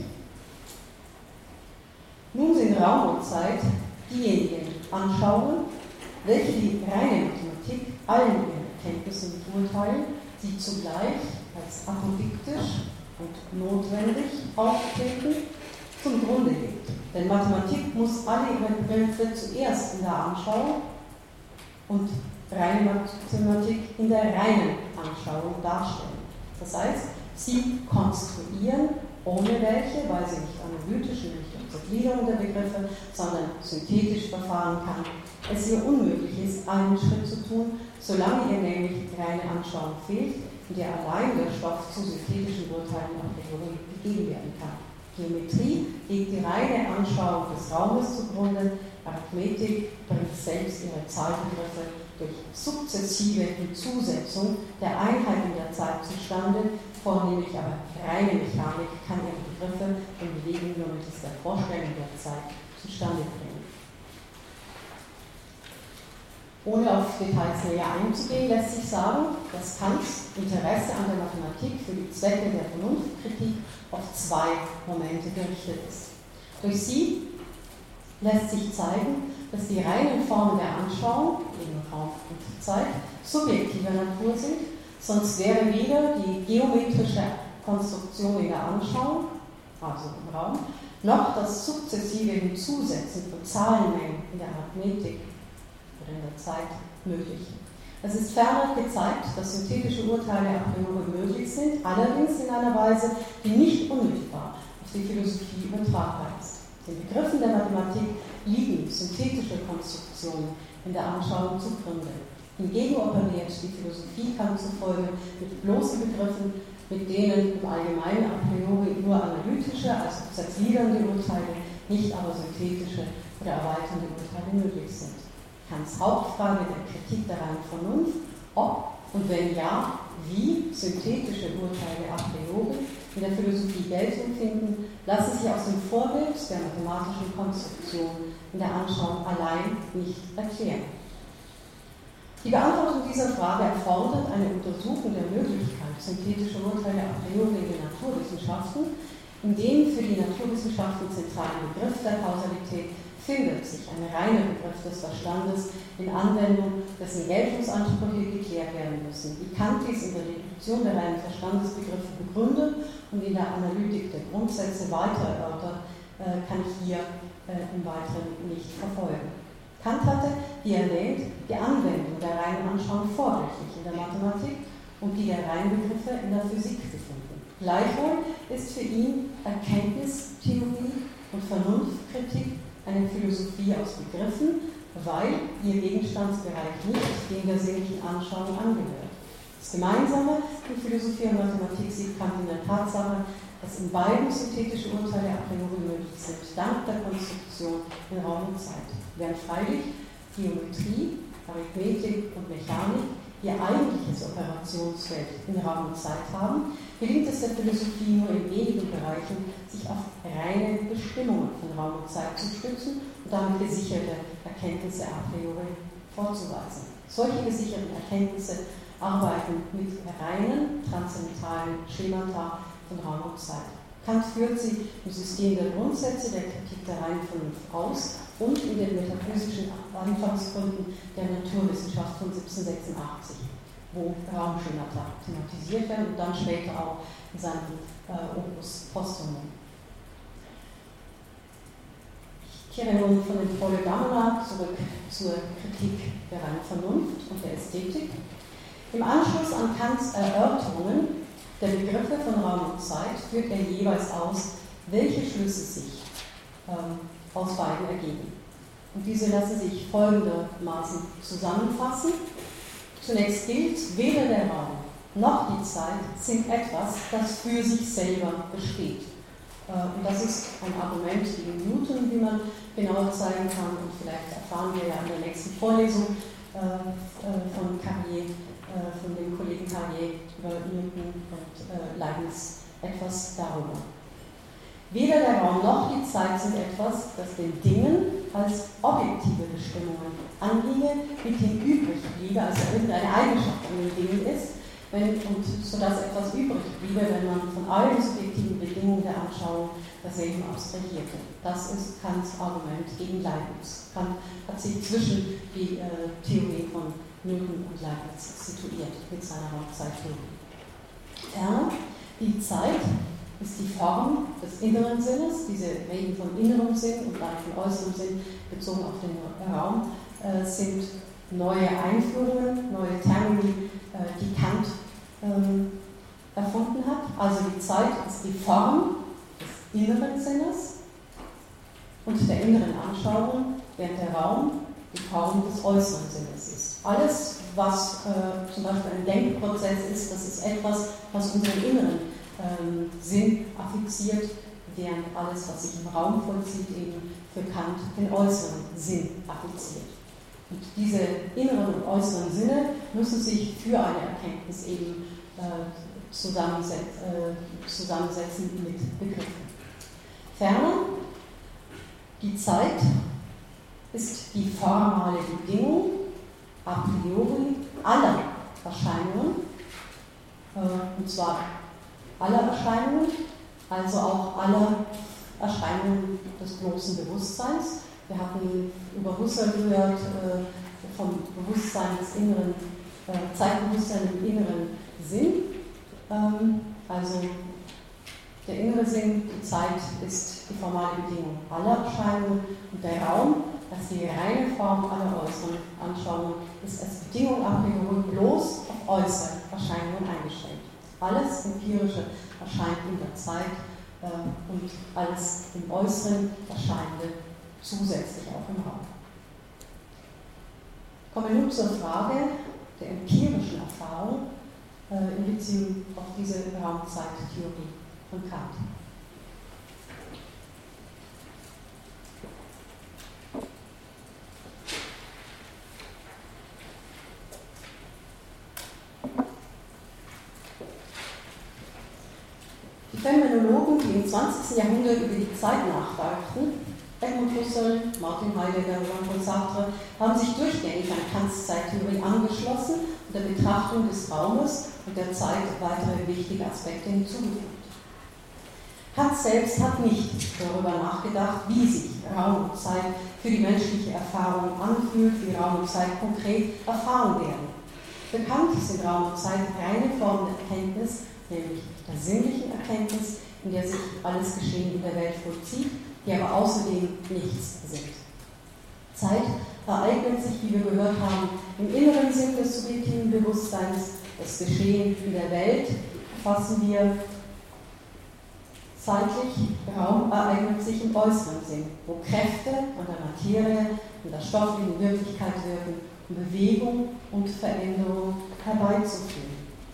nun sind Raum und Zeit diejenigen Anschauungen, welche die reine Mathematik allen ihren Erkenntnissen miturteilen, sie zugleich als apodiktisch und notwendig auftreten, zum Grunde legt. Denn Mathematik muss alle ihre Begriffe zuerst in der Anschauung und reine Mathematik in der reinen Anschauung darstellen. Das heißt, sie konstruieren, ohne welche, weil sie nicht analytisch und nicht zur Gliederung der Begriffe, sondern synthetisch verfahren kann, es ihr unmöglich ist, einen Schritt zu tun, solange ihr nämlich reine Anschauung fehlt, in der allein der Stoff zu synthetischen Urteilen a priori gegeben werden kann. Geometrie legt die reine Anschauung des Raumes zugrunde, Arithmetik bringt selbst ihre Zahlbegriffe durch sukzessive Hinzusetzung der Einheiten der Zeit zustande, vornehmlich aber reine Mechanik kann ihre Begriffe und Bewegungen nur mittels der Vorstellung der Zeit zustande bringen. Ohne auf Details näher einzugehen, lässt sich sagen, dass Kants Interesse an der Mathematik für die Zwecke der Vernunftkritik auf zwei Momente gerichtet ist. Durch sie lässt sich zeigen, dass die reinen Formen der Anschauung, eben Raum und Zeit, subjektiver Natur sind, sonst wäre weder die geometrische Konstruktion in der Anschauung, also im Raum, noch das sukzessive Hinzusetzen von Zahlenmengen in der Arithmetik oder in der Zeit möglich. Es ist ferner gezeigt, dass synthetische Urteile a priori möglich sind, allerdings in einer Weise, die nicht unmittelbar auf die Philosophie übertragbar ist. Den Begriffen der Mathematik liegen synthetische Konstruktionen in der Anschauung zugrunde. Hingegen operiert die Philosophie Kant zufolge mit bloßen Begriffen, mit denen im Allgemeinen a priori nur analytische, also zergliedernde Urteile, nicht aber synthetische oder erweiternde Urteile möglich sind. Kants Hauptfrage der Kritik der reinen Vernunft, ob und wenn ja, wie synthetische Urteile a priori in der Philosophie Geltung finden, lassen sich aus dem Vorbild der mathematischen Konstruktion in der Anschauung allein nicht erklären. Die Beantwortung dieser Frage erfordert eine Untersuchung der Möglichkeit synthetischer Urteile a priori in den Naturwissenschaften, in dem für die Naturwissenschaften zentralen Begriff der Kausalität findet sich ein reiner Begriff des Verstandes in Anwendung, dessen Geltungsansprüche geklärt werden müssen. Wie Kant dies in der Reduktion der reinen Verstandesbegriffe begründet und in der Analytik der Grundsätze weiter erörtert, kann ich hier im Weiteren nicht verfolgen. Kant hatte, wie erwähnt, die Anwendung der reinen Anschauung vorbildlich in der Mathematik und die der Reihenbegriffe in der Physik gefunden. Gleichwohl ist für ihn Erkenntnistheorie und Vernunftkritik eine Philosophie aus Begriffen, weil ihr Gegenstandsbereich nicht dem der sinnlichen Anschauung angehört. Das Gemeinsame in Philosophie und Mathematik sieht Kant in der Tatsache, dass in beiden synthetische Urteile a priori möglich sind, dank der Konstruktion in Raum und Zeit, während freilich Geometrie, Arithmetik und Mechanik ihr eigentliches Operationsfeld in Raum und Zeit haben, gelingt es der Philosophie nur in wenigen Bereichen, sich auf reine Bestimmungen von Raum und Zeit zu stützen und damit gesicherte Erkenntnisse a priori vorzuweisen. Solche gesicherten Erkenntnisse arbeiten mit reinen, transzendentalen Schemata von Raum und Zeit. Kant führt sie im System der Grundsätze der Kritik der reinen Vernunft aus und in den metaphysischen Anfangsgründen der Naturwissenschaft von 1786, wo Raumschemata thematisiert werden und dann später auch in seinem Opus Posthumum. Ich kehre nun von den Prolegomena zurück zur Kritik der reinen Vernunft und der Ästhetik. Im Anschluss an Kants Erörterungen der Begriffe von Raum und Zeit führt er jeweils aus, welche Schlüsse sich aus beiden ergeben. Und diese lassen sich folgendermaßen zusammenfassen. Zunächst gilt, weder der Raum noch die Zeit sind etwas, das für sich selber besteht. Und das ist ein Argument gegen Newton, wie man genauer zeigen kann. Und vielleicht erfahren wir ja in der nächsten Vorlesung von Carrier, von dem Kollegen Carrier über Newton und Leibniz etwas darüber. Weder der Raum noch die Zeit sind etwas, das den Dingen als objektive Bestimmungen anginge, mit dem übrig bliebe, also irgendeine Eigenschaft an den Dingen ist, sodass etwas übrig bliebe, wenn man von allen subjektiven Bedingungen der Anschauung dasselbe abstrahierte. Das ist Kants Argument gegen Leibniz. Kant hat sich zwischen die Theorie von Newton und Leibniz situiert mit seiner Raumzeittheorie. Ferner, die Zeit ist die Form des inneren Sinnes. Diese Reden von innerem Sinn und dann von äußerem Sinn bezogen auf den Raum sind neue Einführungen, neue Termini, die Kant erfunden hat. Also die Zeit ist die Form des inneren Sinnes und der inneren Anschauung, während der Raum die Form des äußeren Sinnes ist. Alles, was zum Beispiel ein Denkprozess ist, das ist etwas, was unseren inneren Sinn affixiert, während alles, was sich im Raum vollzieht, eben für Kant den äußeren Sinn affixiert. Und diese inneren und äußeren Sinne müssen sich für eine Erkenntnis eben zusammensetzen mit Begriffen. Ferner, die Zeit ist die formale Bedingung a priori aller Erscheinungen, und zwar aller Erscheinungen, also auch aller Erscheinungen des bloßen Bewusstseins, Wir hatten über Husserl gehört, vom Bewusstsein des inneren, Zeitbewusstsein im inneren Sinn. Also der innere Sinn, die Zeit ist die formale Bedingung aller Erscheinungen und der Raum, als die reine Form aller äußeren Anschauungen, ist als Bedingung a priori bloß auf äußere Erscheinungen eingeschränkt. Alles Empirische erscheint in der Zeit und alles im Äußeren Erscheinende zusätzlich auch im Raum. Kommen wir nun zur Frage der empirischen Erfahrung in Beziehung auf diese Raumzeittheorie von Kant. Die Phänomenologen, die im 20. Jahrhundert über die Zeit nachdachten, Edmund Husserl, Martin Heidegger, Jean-Paul Sartre, haben sich durchgängig an Kants Zeittheorie angeschlossen und der Betrachtung des Raumes und der Zeit weitere wichtige Aspekte hinzugefügt. Kant selbst hat nicht darüber nachgedacht, wie sich Raum und Zeit für die menschliche Erfahrung anfühlt, wie Raum und Zeit konkret erfahren werden. Für Kant sind Raum und Zeit reine Formen der Erkenntnis, nämlich der sinnlichen Erkenntnis, in der sich alles Geschehen in der Welt vollzieht, die aber außerdem nichts sind. Zeit ereignet sich, wie wir gehört haben, im inneren Sinn des subjektiven Bewusstseins. Das Geschehen in der Welt fassen wir zeitlich. Raum ereignet sich im äußeren Sinn, wo Kräfte an der Materie, in der stofflichen Wirklichkeit wirken, um Bewegung und Veränderung herbeizuführen.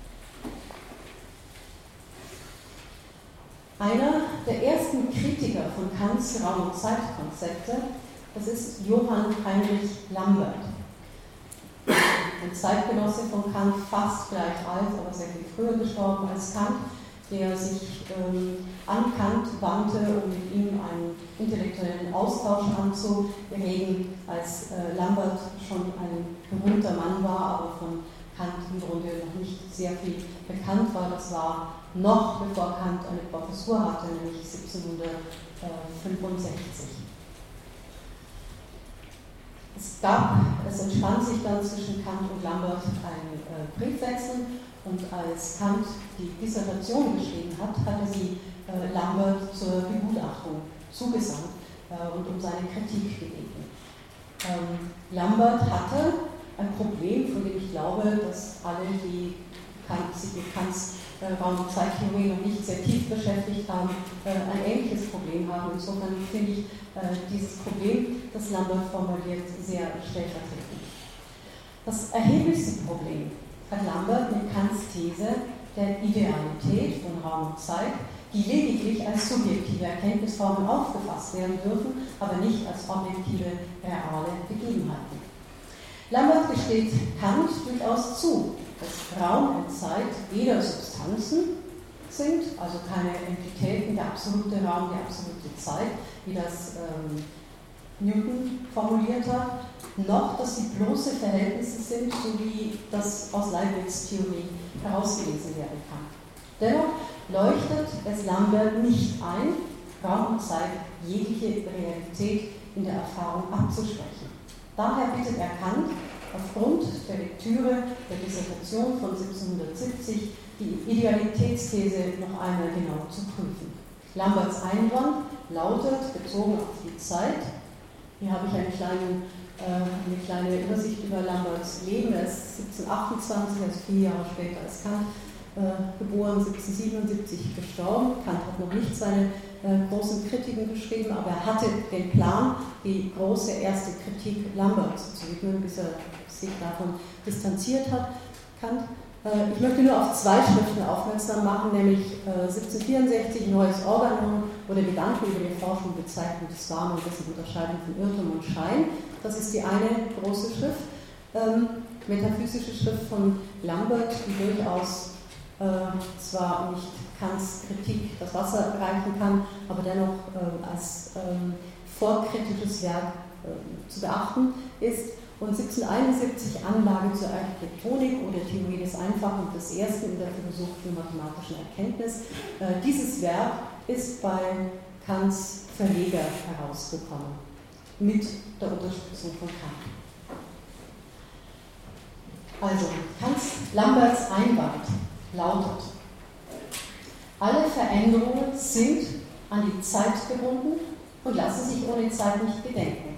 Einer der ersten Kritiker von Kants Raum- und Zeitkonzepte, das ist Johann Heinrich Lambert. Ein Zeitgenosse von Kant, fast gleich alt, aber sehr viel früher gestorben als Kant, der sich an Kant wandte, um mit ihm einen intellektuellen Austausch anzuregen, als Lambert schon ein berühmter Mann war, aber von Kant im Grunde noch nicht sehr viel bekannt war. Das war noch bevor Kant eine Professur hatte, nämlich 1765. Es entspann sich dann zwischen Kant und Lambert ein Briefwechsel und als Kant die Dissertation geschrieben hat, hat er sie Lambert zur Begutachtung zugesandt und um seine Kritik gebeten. Lambert hatte ein Problem, von dem ich glaube, dass alle, die sich mit Kants Raum- und Zeittheorie noch nicht sehr tief beschäftigt haben, ein ähnliches Problem haben. Insofern finde ich dieses Problem, das Lambert formuliert, sehr stellvertretend. Das erheblichste Problem hat Lambert mit Kants These der Idealität von Raum und Zeit, die lediglich als subjektive Erkenntnisformen aufgefasst werden dürfen, aber nicht als objektive, reale Begebenheiten. Lambert gesteht Kant durchaus zu, dass Raum und Zeit weder Substanzen sind, also keine Entitäten, der absolute Raum, die absolute Zeit, wie das Newton formuliert hat, noch, dass sie bloße Verhältnisse sind, so wie das aus Leibniz Theorie herausgelesen werden kann. Dennoch leuchtet es Lambert nicht ein, Raum und Zeit jegliche Realität in der Erfahrung abzusprechen. Daher bittet er Kant, aufgrund der Lektüre der Dissertation von 1770 die Idealitätsthese noch einmal genau zu prüfen. Lamberts Einwand lautet, bezogen auf die Zeit, hier habe ich eine kleine Übersicht über Lamberts Leben. Er ist 1728, also 4 Jahre später als Kant, geboren, 1777 gestorben. Kant hat noch nicht seine großen Kritiken geschrieben, aber er hatte den Plan, die große erste Kritik Lamberts zu widmen, bis er sich davon distanziert hat. Kant. Ich möchte nur auf 2 Schriften aufmerksam machen, nämlich 1764 Neues Organon, wo der Gedanke über die Forschung bezeichnet ist, Wahn und dessen Unterscheidung von Irrtum und Schein. Das ist die eine große Schrift, metaphysische Schrift von Lambert, die durchaus zwar nicht Kants Kritik das Wasser reichen kann, aber dennoch als vorkritisches Werk zu beachten ist. Und 1771 Anlage zur Architektonik oder Theorie des Einfachen und des Ersten in der Philosophie und mathematischen Erkenntnis. Dieses Werk ist bei Kants Verleger herausgekommen. mit der Unterstützung von Kant. Also, Lamberts Einwand lautet: Alle Veränderungen sind an die Zeit gebunden und lassen sich ohne Zeit nicht bedenken.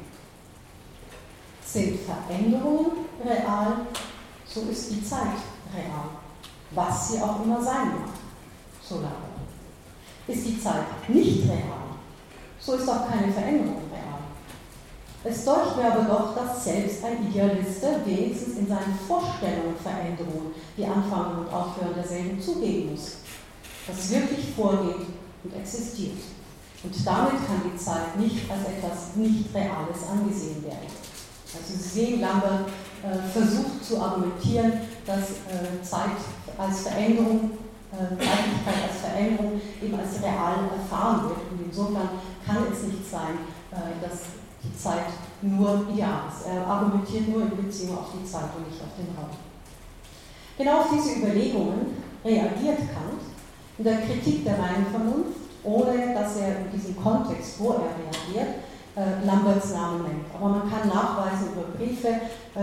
Sind Veränderungen real, so ist die Zeit real, was sie auch immer sein mag, so Lambert. Ist die Zeit nicht real, so ist auch keine Veränderung real. Es deucht mir aber doch, dass selbst ein Idealiste wenigstens in seinen Vorstellungen Veränderungen, die Anfangen und Aufhören derselben, zugeben muss. Dass es wirklich vorgeht und existiert. Und damit kann die Zeit nicht als etwas nicht Reales angesehen werden. Also Sie sehen, Lambert versucht zu argumentieren, dass Zeit als Veränderung, Zeitlichkeit als Veränderung eben als real erfahren wird. Und insofern kann es nicht sein, dass die Zeit nur ideal ist. Er argumentiert nur in Beziehung auf die Zeit und nicht auf den Raum. Genau auf diese Überlegungen reagiert Kant in der Kritik der reinen Vernunft, ohne dass er in diesem Kontext, wo er reagiert, Lamberts Namen nennt. Aber man kann nachweisen über Briefe,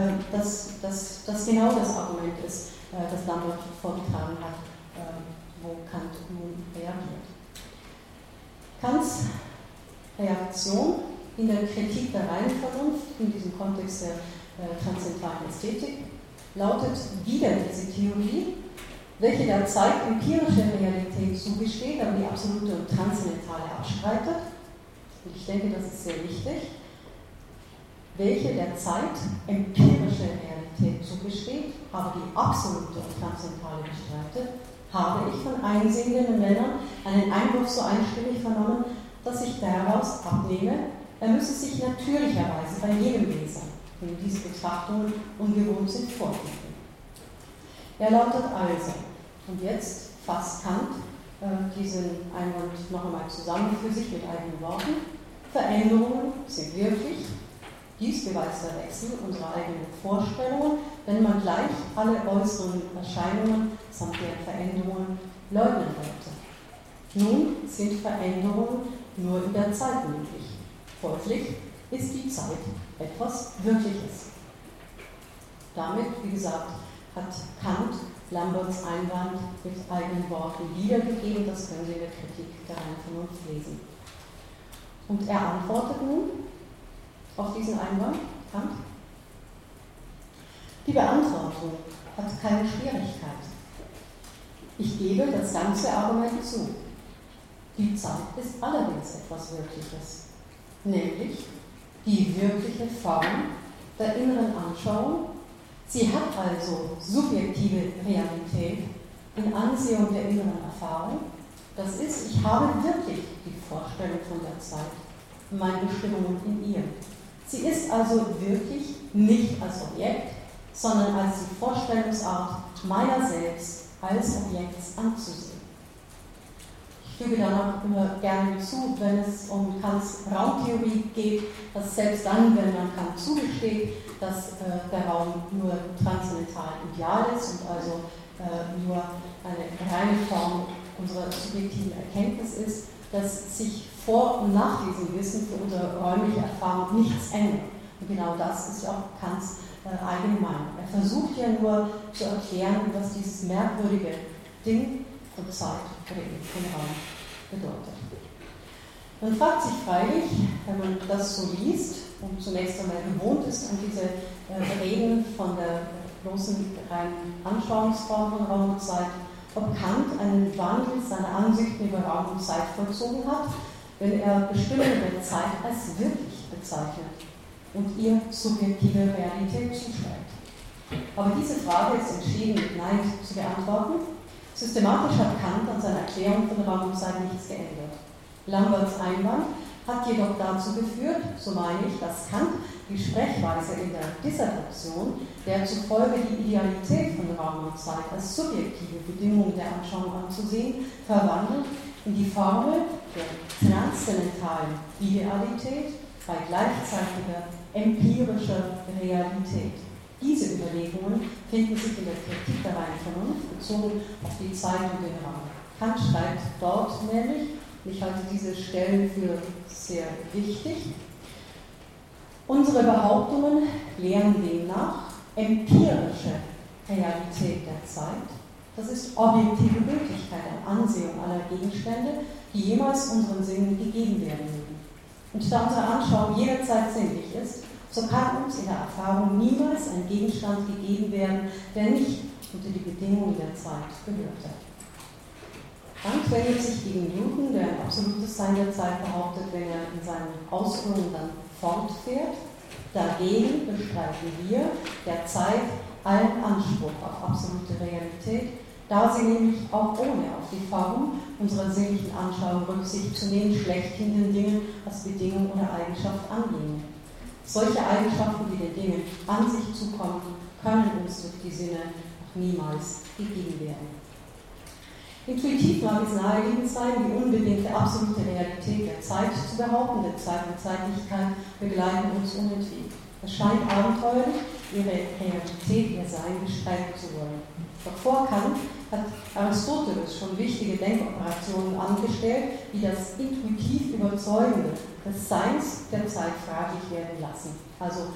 dass genau das Argument ist, das Lambert vorgetragen hat, wo Kant nun reagiert. Kants Reaktion in der Kritik der reinen Vernunft, in diesem Kontext der transzendentalen Ästhetik, lautet wieder diese Theorie, welche der Zeit empirische Realität zugesteht, aber die absolute und transzendentale abstreitet. Und ich denke, das ist sehr wichtig. Welche der Zeit empirische Realität zugesteht, aber die absolute und transzendentale bestreitet, habe ich von einsehenden Männern einen Einwurf so einstimmig vernommen, dass ich daraus abnehme, er müsse sich natürlicherweise bei jedem Leser, dem diese Betrachtungen ungewohnt sind, vorfinden. Er lautet also, und jetzt fasst Kant diesen Einwand noch einmal zusammen für sich mit eigenen Worten: Veränderungen sind wirklich, dies beweist der Wechsel unserer eigenen Vorstellungen, wenn man gleich alle äußeren Erscheinungen samt deren Veränderungen leugnen wollte. Nun sind Veränderungen nur in der Zeit möglich. Folglich ist die Zeit etwas Wirkliches. Damit, wie gesagt, hat Kant Lamberts Einwand mit eigenen Worten wiedergegeben. Das können Sie in der Kritik der reinen Vernunft lesen. Und er antwortet nun auf diesen Einwand, Kant: Die Beantwortung hat keine Schwierigkeit. Ich gebe das ganze Argument zu. Die Zeit ist allerdings etwas Wirkliches, nämlich die wirkliche Form der inneren Anschauung. Sie hat also subjektive Realität in Ansehung der inneren Erfahrung. Das ist, ich habe wirklich die Vorstellung von der Zeit, meine Bestimmungen in ihr. Sie ist also wirklich nicht als Objekt, sondern als die Vorstellungsart meiner selbst als Objekts anzusehen. Ich füge danach immer gerne zu, wenn es um Kants Raumtheorie geht, dass selbst dann, wenn man Kant zugesteht, dass der Raum nur transzendental ideal ist und also nur eine reine Form unserer subjektiven Erkenntnis ist, dass sich vor und nach diesem Wissen für unsere räumliche Erfahrung nichts ändert. Und genau das ist auch Kants eigene Meinung. Er versucht ja nur zu erklären, was dieses merkwürdige Ding von Zeit oder eben von Raum bedeutet. Man fragt sich freilich, wenn man das so liest und zunächst einmal gewohnt ist an diese Reden von der bloßen reinen Anschauungsform von Raum und Zeit, ob Kant einen Wandel seiner Ansichten über Raum und Zeit vollzogen hat, wenn er Bestimmungen der Zeit als wirklich bezeichnet und ihr subjektive Realität zuschreibt. Aber diese Frage ist entschieden mit Nein zu beantworten. Systematisch hat Kant an seiner Erklärung von Raum und Zeit nichts geändert. Lamberts Einwand hat jedoch dazu geführt, so meine ich, dass Kant die Sprechweise in der Dissertation, der zufolge die Idealität von Raum und Zeit als subjektive Bedingung der Anschauung anzusehen, verwandelt in die Formel der transzendentalen Idealität bei gleichzeitiger empirischer Realität. Diese Überlegungen finden sich in der Kritik der reinen Vernunft bezogen auf die Zeit und den Raum. Kant schreibt dort nämlich, und ich halte diese Stellen für sehr wichtig, Unsere Behauptungen lehren demnach empirische Realität der Zeit. Das ist objektive Gültigkeit an Ansehung aller Gegenstände, die jemals unseren Sinnen gegeben werden mögen. Und da unsere Anschauung jederzeit sinnlich ist, so kann uns in der Erfahrung niemals ein Gegenstand gegeben werden, der nicht unter die Bedingungen der Zeit gehörte. Kant wendet sich gegen Newton, der ein absolutes Sein der Zeit behauptet, wenn er in seinen Ausführungen dann fortfährt. Dagegen bestreiten wir der Zeit allen Anspruch auf absolute Realität, da sie nämlich auch ohne auf die Form unserer sinnlichen Anschauung Rücksicht zu nehmen schlechthin den Dingen als Bedingung oder Eigenschaft annehmen. Solche Eigenschaften, die den Dingen an sich zukommen, können uns durch die Sinne auch niemals gegeben werden. Intuitiv mag es naheliegend sein, die unbedingte absolute Realität der Zeit zu behaupten, denn Zeit und Zeitlichkeit begleiten uns unentwegt. Es scheint abenteuerlich, ihre Realität, ihr Sein bestreiten zu wollen. Doch vor Kant hat Aristoteles schon wichtige Denkoperationen angestellt, die das intuitiv Überzeugende des Seins der Zeit fraglich werden lassen. Also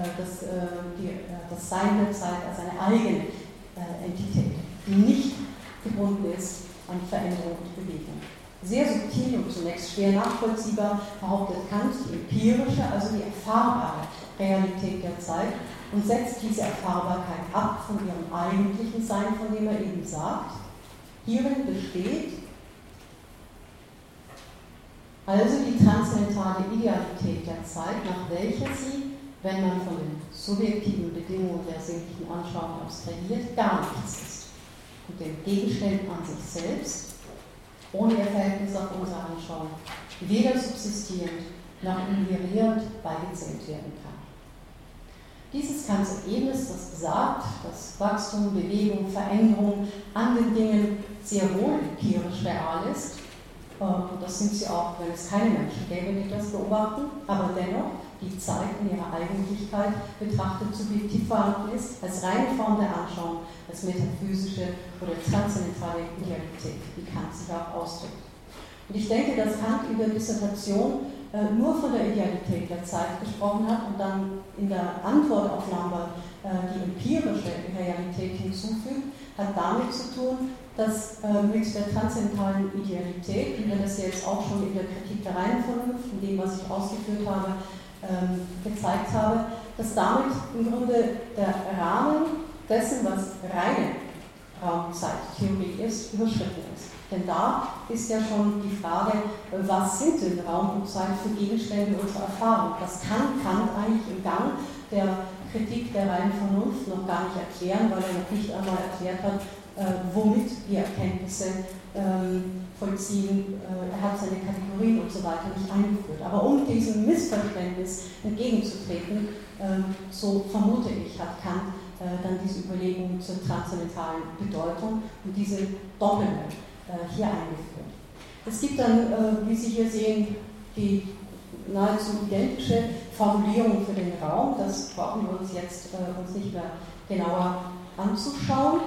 das Sein der Zeit als eine eigene Entität, die nicht gebunden ist an Veränderung und Bewegung. Sehr subtil und zunächst schwer nachvollziehbar behauptet Kant die empirische, also die erfahrbare Realität der Zeit und setzt diese Erfahrbarkeit ab von ihrem eigentlichen Sein, von dem er eben sagt. Hierin besteht also die transzendentale Idealität der Zeit, nach welcher sie, wenn man von den subjektiven Bedingungen der sinnlichen Anschauung abstrahiert, gar nichts ist und den Gegenständen an sich selbst, ohne ihr Verhältnis auf unsere Anschauung, weder subsistierend noch ingerierend beigezählt werden kann. Dieses Kantsergebnis, das besagt, dass Wachstum, Bewegung, Veränderung an den Dingen sehr wohl empirisch real ist, und das sind sie auch, wenn es keine Menschen gäbe, die das beobachten, aber dennoch die Zeit in ihrer Eigentlichkeit betrachtet subjektiv vorhanden ist, als reine Form der Anschauung, als metaphysische oder transzendentale Idealität, wie Kant sich auch ausdrückt. Und ich denke, dass Kant in der Dissertation nur von der Idealität der Zeit gesprochen hat und dann in der Antwort auf Lambert die empirische Realität hinzufügt, hat damit zu tun, dass mit der transzendentalen Idealität, wie wir das jetzt auch schon in der Kritik der reinen Vernunft, in dem, was ich ausgeführt habe, gezeigt habe, dass damit im Grunde der Rahmen dessen, was reine Raumzeittheorie ist, überschritten ist. Denn da ist ja schon die Frage, was sind denn Raum und Zeit für Gegenstände unserer Erfahrung? Das kann Kant eigentlich im Gang der Kritik der reinen Vernunft noch gar nicht erklären, weil er noch nicht einmal erklärt hat, womit wir Erkenntnisse vollziehen. Er hat seine Kategorien und so weiter nicht eingeführt. Aber um diesem Missverständnis entgegenzutreten, so vermute ich, hat Kant dann diese Überlegungen zur transzendentalen Bedeutung und diese Doppelte hier eingeführt. Es gibt dann, wie Sie hier sehen, die nahezu identische Formulierung für den Raum. Das brauchen wir uns jetzt uns nicht mehr genauer anzuschauen.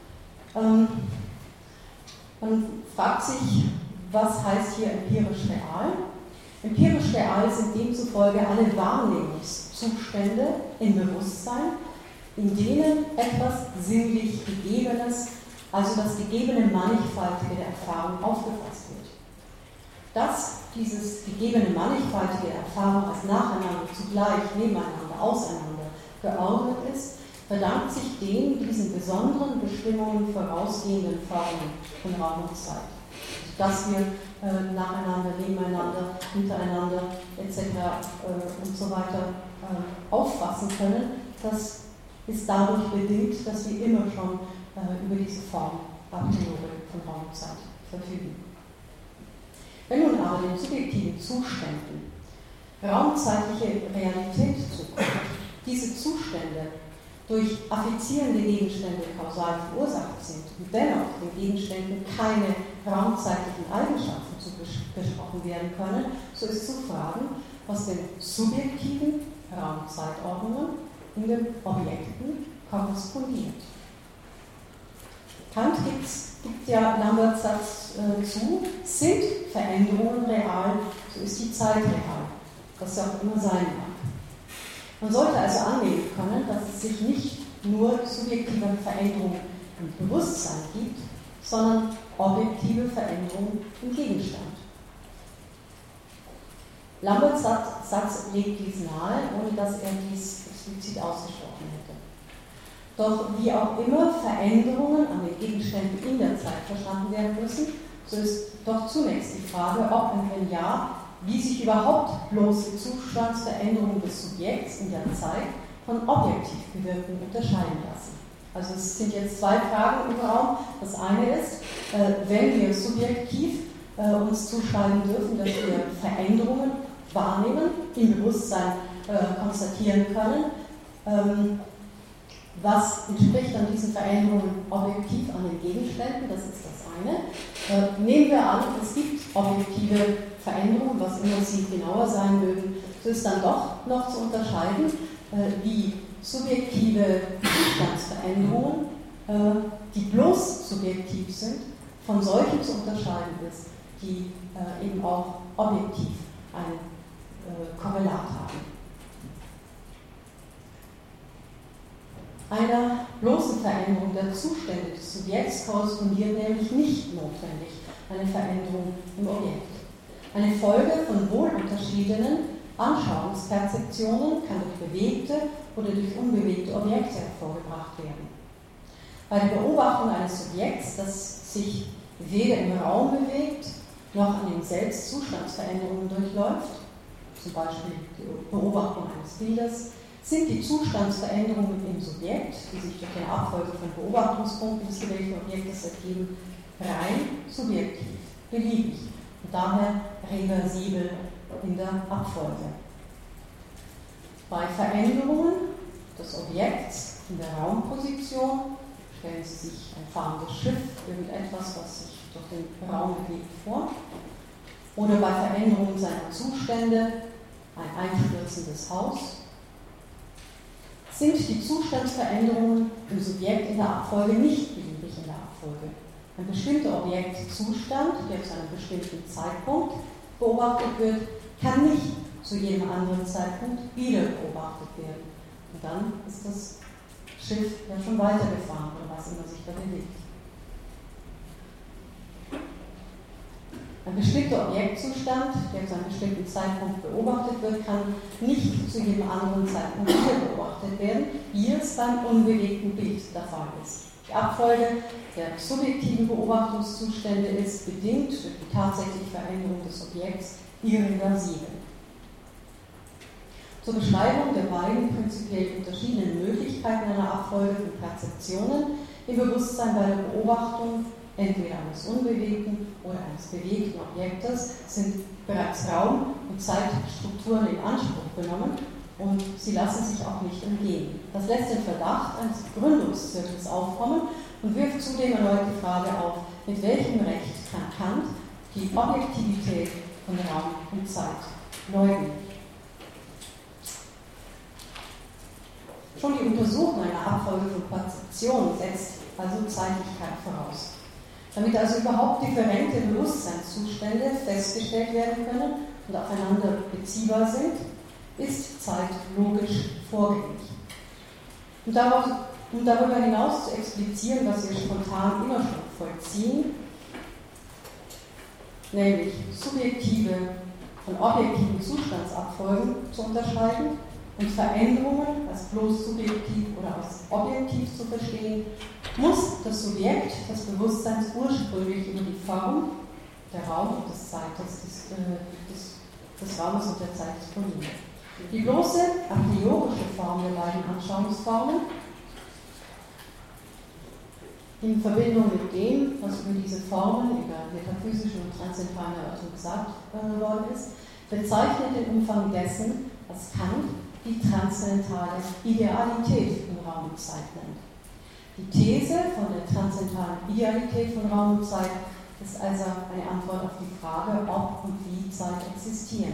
Man fragt sich, was heißt hier empirisch real? Empirisch real sind demzufolge alle Wahrnehmungszustände im Bewusstsein, in denen etwas sinnlich Gegebenes, also das gegebene Mannigfaltige der Erfahrung aufgefasst wird. Dass dieses gegebene Mannigfaltige der Erfahrung als nacheinander, zugleich, nebeneinander, auseinander geordnet ist, verdankt sich den diesen besonderen Bestimmungen vorausgehenden Formen von Raum und Zeit. Dass wir nacheinander, nebeneinander, hintereinander etc. Und so weiter auffassen können, das ist dadurch bedingt, dass wir immer schon über diese Form a priori von Raum und Zeit verfügen. Wenn nun aber den subjektiven Zuständen raumzeitliche Realität zukommt, diese Zustände durch affizierende Gegenstände kausal verursacht sind und dennoch den Gegenständen keine raumzeitlichen Eigenschaften zugesprochen werden können, so ist zu fragen, was den subjektiven Raumzeitordnungen in den Objekten korrespondiert. Kant gibt ja Lamberts Satz zu, sind Veränderungen real, so ist die Zeit real, was ja auch immer sein mag. Man sollte also annehmen können, dass es sich nicht nur subjektive Veränderungen im Bewusstsein gibt, sondern objektive Veränderungen im Gegenstand. Lamberts Satz legt dies nahe, ohne dass er dies explizit ausgesprochen hätte. Doch wie auch immer Veränderungen an den Gegenständen in der Zeit verstanden werden müssen, so ist doch zunächst die Frage, ob und wenn ja, wie sich überhaupt bloße Zustandsveränderungen des Subjekts in der Zeit von objektiv gewirkten unterscheiden lassen. Also es sind jetzt zwei Fragen im Raum. Das eine ist, wenn wir subjektiv uns zuschreiben dürfen, dass wir Veränderungen wahrnehmen, im Bewusstsein konstatieren können, was entspricht an diesen Veränderungen objektiv an den Gegenständen, das ist das eine. Nehmen wir an, es gibt objektive Veränderungen, was immer sie genauer sein mögen, so ist dann doch noch zu unterscheiden, wie subjektive Zustandsveränderungen, die bloß subjektiv sind, von solchen zu unterscheiden ist, die eben auch objektiv ein Korrelat haben. Einer bloßen Veränderung der Zustände des Subjekts korrespondiert nämlich nicht notwendig eine Veränderung im Objekt. Eine Folge von wohlunterschiedenen Anschauungsperzeptionen kann durch bewegte oder durch unbewegte Objekte hervorgebracht werden. Bei der Beobachtung eines Subjekts, das sich weder im Raum bewegt, noch an den selbst Zustandsveränderungen durchläuft, zum Beispiel die Beobachtung eines Bildes, sind die Zustandsveränderungen im Subjekt, die sich durch eine Abfolge von Beobachtungspunkten des gewählten Objektes ergeben, rein subjektiv, beliebig und daher reversibel in der Abfolge. Bei Veränderungen des Objekts in der Raumposition, stellen Sie sich ein fahrendes Schiff, irgendetwas, was sich durch den Raum bewegt, vor, oder bei Veränderungen seiner Zustände, ein einstürzendes Haus, sind die Zustandsveränderungen im Subjekt in der Abfolge nicht beliebig in der Abfolge. Ein bestimmter Objektzustand, der zu einem bestimmten Zeitpunkt beobachtet wird, kann nicht zu jedem anderen Zeitpunkt wieder beobachtet werden. Und dann ist das Schiff ja schon weitergefahren oder was immer sich da bewegt. Ein bestimmter Objektzustand, der zu einem bestimmten Zeitpunkt beobachtet wird, kann nicht zu jedem anderen Zeitpunkt wieder beobachtet werden, wie es beim unbewegten Bild der Fall ist. Die Abfolge der subjektiven Beobachtungszustände ist bedingt durch die tatsächliche Veränderung des Objekts irreversibel. Zur Beschreibung der beiden prinzipiell unterschiedlichen Möglichkeiten einer Abfolge von Perzeptionen im Bewusstsein bei der Beobachtung entweder eines unbewegten oder eines bewegten Objektes sind bereits Raum- und Zeitstrukturen in Anspruch genommen und sie lassen sich auch nicht umgehen. Das lässt den Verdacht eines Gründungszirkels aufkommen und wirft zudem erneut die Frage auf, mit welchem Recht kann Kant die Objektivität von Raum und Zeit leugnen. Schon die Untersuchung einer Abfolge von Perzeptionen setzt also Zeitlichkeit voraus. Damit also überhaupt differente Bewusstseinszustände festgestellt werden können und aufeinander beziehbar sind, ist Zeit logisch vorgängig. Um darüber hinaus zu explizieren, was wir spontan immer schon vollziehen, nämlich subjektive von objektiven Zustandsabfolgen zu unterscheiden und Veränderungen als bloß subjektiv oder als objektiv zu verstehen, muss das Subjekt des Bewusstseins ursprünglich über die Form, der Raum und des Raumes und der Zeit disponieren. Die bloße a priorische Form der beiden Anschauungsformen in Verbindung mit dem, was über diese Formen in der metaphysischen und transzendentalen Erörterung gesagt worden ist, bezeichnet den Umfang dessen, was Kant die transzendentale Idealität in Raum und Zeit nennt. Die These von der transzendentalen Idealität von Raum und Zeit ist also eine Antwort auf die Frage, ob und wie Zeit existieren.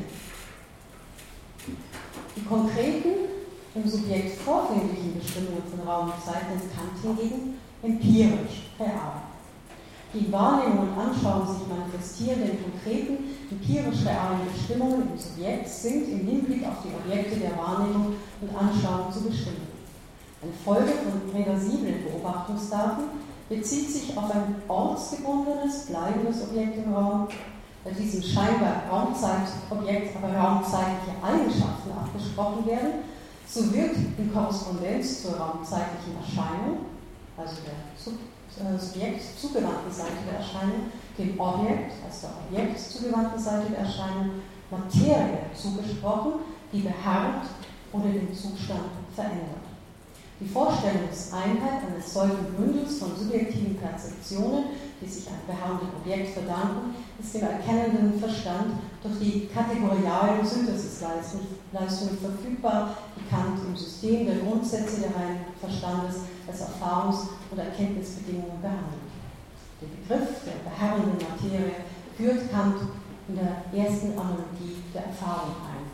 Die konkreten, im Subjekt vorfänglichen Bestimmungen von Raum und Zeit nennt Kant hingegen empirisch, real. Die Wahrnehmung und Anschauung sich manifestierenden konkreten, empirisch realen Bestimmungen im Subjekt sind im Hinblick auf die Objekte der Wahrnehmung und Anschauung zu bestimmen. Eine Folge von reversiblen Beobachtungsdaten bezieht sich auf ein ortsgebundenes, bleibendes Objekt im Raum. Bei diesem scheinbar Raumzeitobjekt aber raumzeitliche Eigenschaften abgesprochen werden, so wird in Korrespondenz zur raumzeitlichen Erscheinung, also der Subjekt zugewandten Seite der Erscheinung, dem Objekt, also der Objekt zugewandten Seite der Erscheinung, Materie zugesprochen, die beharrt oder den Zustand verändert. Die Vorstellungseinheit eines solchen Bündels von subjektiven Perzeptionen, die sich einem beharrenden Objekt verdanken, ist dem erkennenden Verstand durch die kategorialen Synthesisleistungen verfügbar, die Kant im System der Grundsätze der reinen Verstandes als Erfahrungs- und Erkenntnisbedingungen behandelt. Den Begriff der beharrenden Materie führt Kant in der ersten Analogie der Erfahrung ein.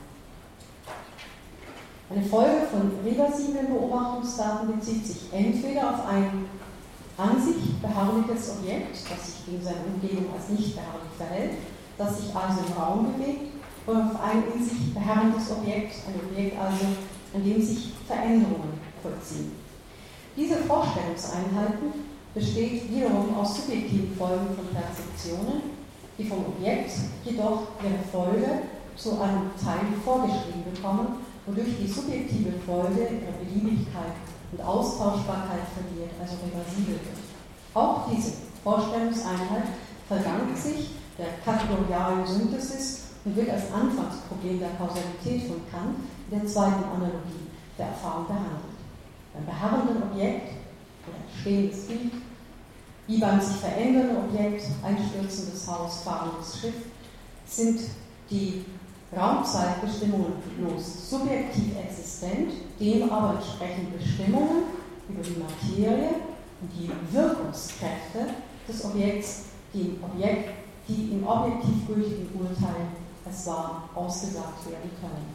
Eine Folge von reversiblen Beobachtungsdaten bezieht sich entweder auf ein an sich beharrliches Objekt, das sich gegen seine Umgebung als nicht beharrlich verhält, das sich also im Raum bewegt, oder auf ein in sich beharrendes Objekt, ein Objekt also, an dem sich Veränderungen vollziehen. Diese Vorstellungseinheiten besteht wiederum aus subjektiven Folgen von Perzeptionen, die vom Objekt jedoch ihre Folge zu einem Teil vorgeschrieben bekommen, wodurch die subjektive Folge ihre Beliebigkeit und Austauschbarkeit verliert, also reversibel wird. Auch diese Vorstellungseinheit verdankt sich der kategorialen Synthesis und wird als Anfangsproblem der Kausalität von Kant in der zweiten Analogie der Erfahrung behandelt. Beim beharrenden Objekt oder stehendes Bild, wie beim sich verändernden Objekt, einstürzendes Haus, fahrendes Schiff, sind die Raumzeitbestimmungen bloß subjektiv existent, dem aber entsprechen Bestimmungen über die Materie und die Wirkungskräfte des Objekts, die im objektiv gültigen Urteil als wahr ausgesagt werden können.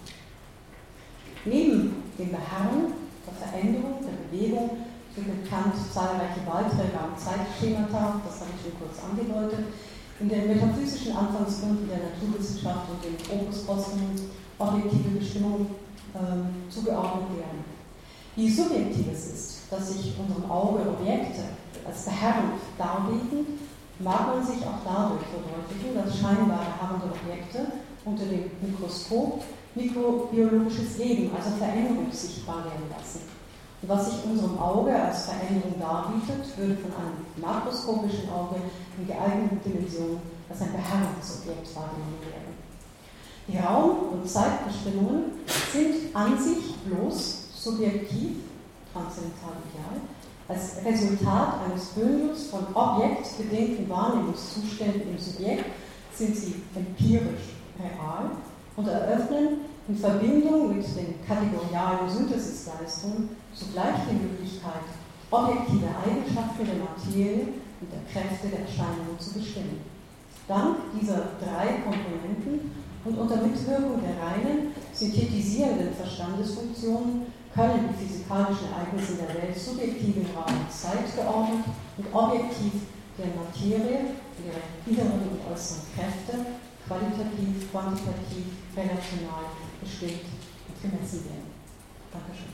Neben dem Beharren, der Veränderung, der Bewegung findet Kant zahlreiche weitere Raumzeitschemata, das habe ich schon kurz angedeutet, in den metaphysischen Anfangsgründen der Naturwissenschaft und den Opusposten objektive Bestimmungen zugeordnet werden. Wie subjektiv es ist, dass sich unserem Auge Objekte als beharrend darbieten, mag man sich auch dadurch verdeutlichen, dass scheinbar beharrende Objekte unter dem Mikroskop mikrobiologisches Leben, also Veränderung, sichtbar werden lassen. Und was sich unserem Auge als Veränderung darbietet, würde von einem makroskopischen Auge in geeigneten Dimensionen als ein beharrendes Objekt wahrgenommen werden. Die Raum- und Zeitbestimmungen sind an sich bloß subjektiv, transzendental ideal, als Resultat eines Bündels von objektbedingten Wahrnehmungszuständen im Subjekt sind sie empirisch real und eröffnen in Verbindung mit den kategorialen Synthesisleistungen zugleich die Möglichkeit, objektive Eigenschaften der Materie und der Kräfte der Erscheinungen zu bestimmen. Dank dieser drei Komponenten und unter Mitwirkung der reinen, synthetisierenden Verstandesfunktionen können die physikalischen Ereignisse der Welt subjektiv in Raum und Zeit geordnet und objektiv der Materie, ihre inneren und äußeren Kräfte, qualitativ, quantitativ, relational bestimmt und gemessen werden. Dankeschön.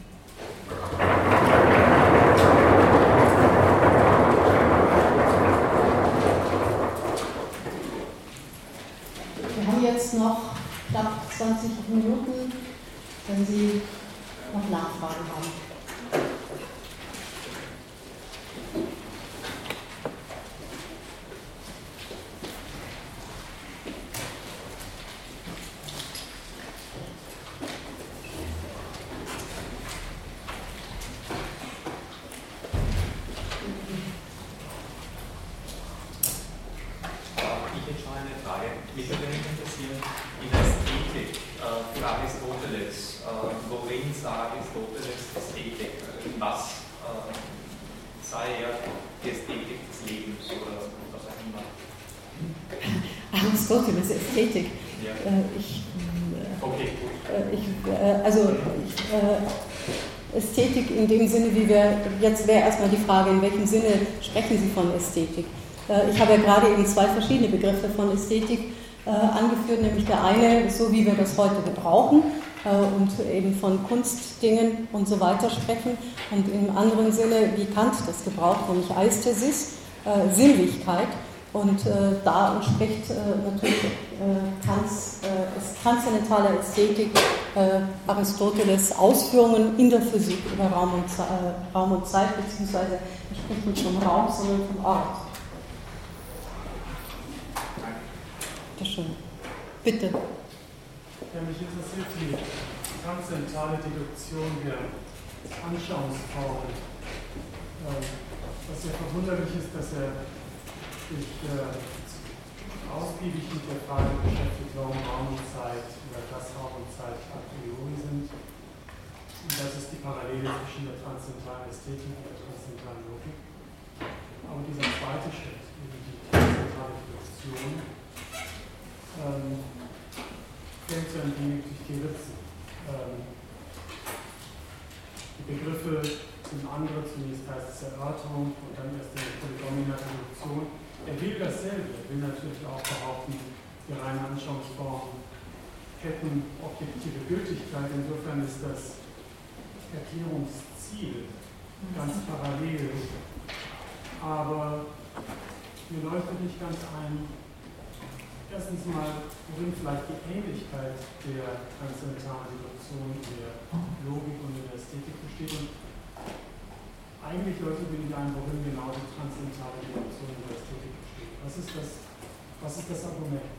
Wir haben jetzt noch knapp 20 Minuten, wenn Sie noch Nachfragen haben. Aristoteles Ästhetik. Ja. Ästhetik in dem Sinne, wie wir, jetzt wäre erstmal die Frage, in welchem Sinne sprechen Sie von Ästhetik? Ich habe ja gerade eben zwei verschiedene Begriffe von Ästhetik angeführt, nämlich der eine, so wie wir das heute brauchen und eben von Kunstdingen und so weiter sprechen, und im anderen Sinne, wie Kant das gebraucht, nämlich Aesthesis, Sinnlichkeit. Und da entspricht natürlich Kants transzendentaler Ästhetik Aristoteles Ausführungen in der Physik über Raum und Zeit, beziehungsweise er spricht nicht vom Raum, sondern vom Ort. Bitte schön. Bitte. Ja, mich interessiert die transzendentale Deduktion der Anschauungsformen. Was ja verwunderlich ist, dass er sich ausgiebig mit der Frage beschäftigt, warum Raum und Zeit oder das Raum und Zeit a priori sind. Und das ist die Parallele zwischen der transzendentalen Ästhetik und der transzendentalen Logik. Aber dieser zweite Schritt, eben die transzendentale Deduktion, fängt so ein wenig durch die Ritzen. Die Begriffe sind andere, zunächst heißt es Erörterung und dann erst die Polygomina Deduktion. Er will dasselbe, er will natürlich auch behaupten, die reine Anschauungsformen hätten objektive Gültigkeit. Insofern ist das Erklärungsziel ganz parallel. Aber mir leuchtet nicht ganz ein, erstens mal, worin vielleicht die Ähnlichkeit der transzendentalen Deduktion in der Logik und in der Ästhetik besteht. Und eigentlich leuchtet mir nicht ein, worin genau die transzendentale Deduktion in der Ästhetik besteht. Was ist das Argument?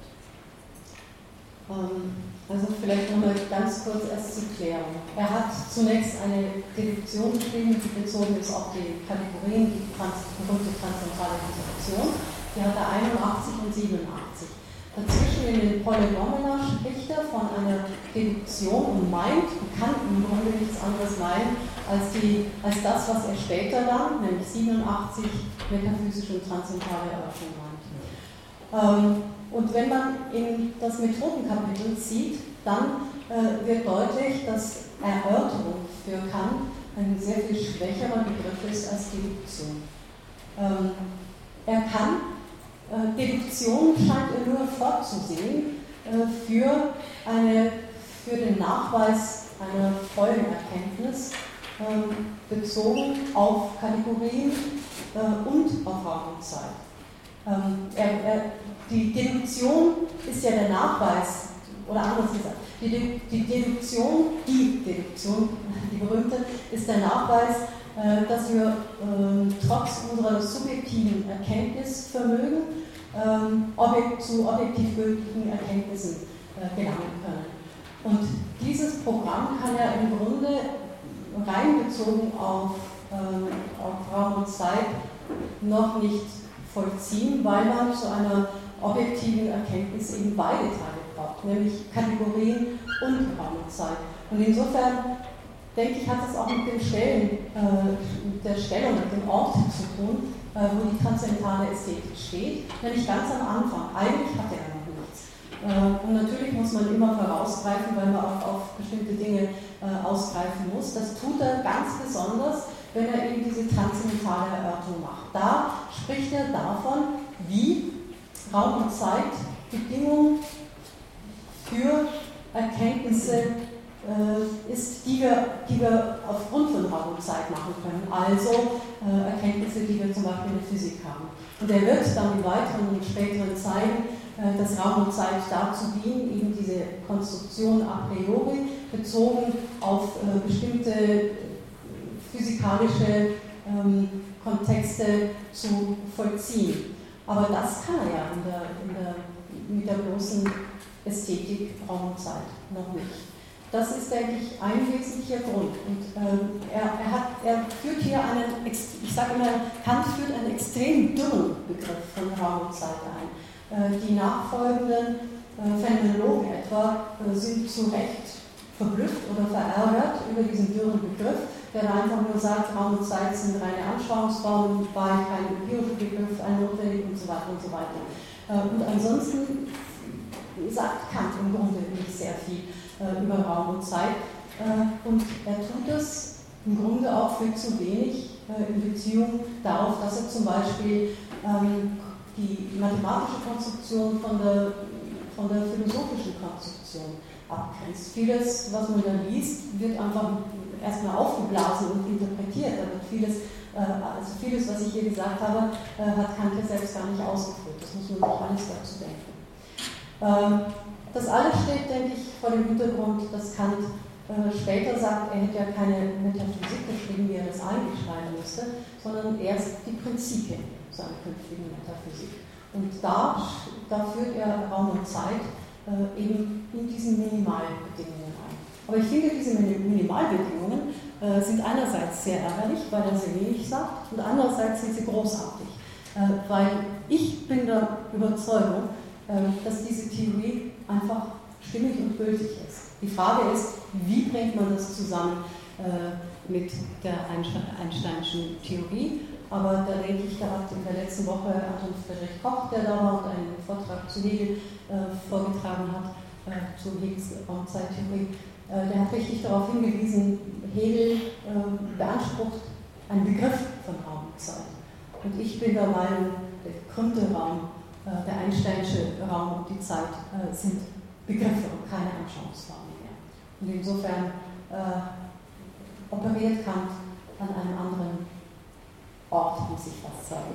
Also vielleicht nochmal ganz kurz erst zu klären. Er hat zunächst eine Deduktion geschrieben, die bezogen ist auf die Kategorien, die berühmte transzendentale Deduktion. Die hat er 81 und 87. Dazwischen in den Polygomena spricht er von einer Deduktion und meint, kann im Grunde nichts anderes meinen, als das, was er später dann, nämlich 87, metaphysische und transzendentale Erörterung meint. Und wenn man in das Methodenkapitel sieht, dann wird deutlich, dass Erörterung für Kant ein sehr viel schwächerer Begriff ist als Deduktion. Deduktion scheint er nur vorzusehen für den Nachweis einer Folgenerkenntnis bezogen auf Kategorien und auf Raum und Zeit. Die Deduktion ist ja der Nachweis, oder anders gesagt, die Deduktion, die berühmte, ist der Nachweis, dass wir trotz unserer subjektiven Erkenntnisvermögen zu objektiv gültigen Erkenntnissen gelangen können. Und dieses Programm kann ja im Grunde rein bezogen auf Raum und Zeit noch nicht vollziehen, weil man zu einer objektiven Erkenntnis eben beide Teile braucht, nämlich Kategorien und Raum und Zeit. Und insofern denke ich, hat es auch mit der Stellung, mit dem Ort zu tun, wo die transzendentale Ästhetik steht, nämlich ganz am Anfang. Eigentlich hat er noch nichts. Und natürlich muss man immer vorausgreifen, weil man auch auf bestimmte Dinge ausgreifen muss. Das tut er ganz besonders, wenn er eben diese transzendentale Erörterung macht. Da spricht er davon, wie Raum und Zeit Bedingung für Erkenntnisse ist, die wir aufgrund von Raum und Zeit machen können. Also Erkenntnisse, die wir zum Beispiel in der Physik haben. Und er wird dann im weiteren und späteren zeigen, dass Raum und Zeit dazu dienen, eben diese Konstruktion a priori bezogen auf bestimmte physikalische Kontexte zu vollziehen. Aber das kann er ja mit der bloßen Ästhetik Raum und Zeit noch nicht. Das ist, denke ich, ein wesentlicher Grund. Und er führt hier ich sage immer, Kant führt einen extrem dürren Begriff von Raum und Zeit ein. Die nachfolgenden Phänomenologen etwa sind zu Recht verblüfft oder verärgert über diesen dürren Begriff, der einfach nur sagt, Raum und Zeit sind reine Anschauungsformen, war kein empirischer Begriff, ein notwendig und so weiter und so weiter. Und ansonsten sagt Kant im Grunde nicht sehr viel über Raum und Zeit. Und er tut es im Grunde auch viel zu wenig in Beziehung darauf, dass er zum Beispiel die mathematische Konstruktion von der philosophischen Konstruktion abgrenzt. Vieles, was man dann liest, wird einfach erstmal aufgeblasen und interpretiert. Da wird vieles, was ich hier gesagt habe, hat Kant ja selbst gar nicht ausgeführt. Das muss man sich alles dazu denken. Das alles steht, denke ich, vor dem Hintergrund, dass Kant später sagt, er hätte ja keine Metaphysik geschrieben, wie er das eigentlich schreiben müsste, sondern erst die Prinzipien seiner künftigen Metaphysik. Und da führt er Raum und Zeit eben in diesen Minimalbedingungen ein. Aber ich finde, diese Minimalbedingungen sind einerseits sehr ärgerlich, weil er sehr wenig sagt, und andererseits sind sie großartig, weil ich bin der Überzeugung, dass diese Theorie einfach stimmig und gültig ist. Die Frage ist, wie bringt man das zusammen mit der Einsteinschen Theorie? Aber da denke ich, da hat in der letzten Woche Anton Friedrich Koch, der da war und einen Vortrag zu Hegel vorgetragen hat, zu Hegels Raumzeittheorie, der hat richtig darauf hingewiesen, Hegel beansprucht einen Begriff von Raum und Zeit. Und ich bin der Meinung, der gekrümmte Raum, der Einsteinsche Raum und die Zeit sind Begriffe und keine Anschauungsformen mehr. Und insofern operiert Kant an einem anderen Ort, muss ich fast sagen.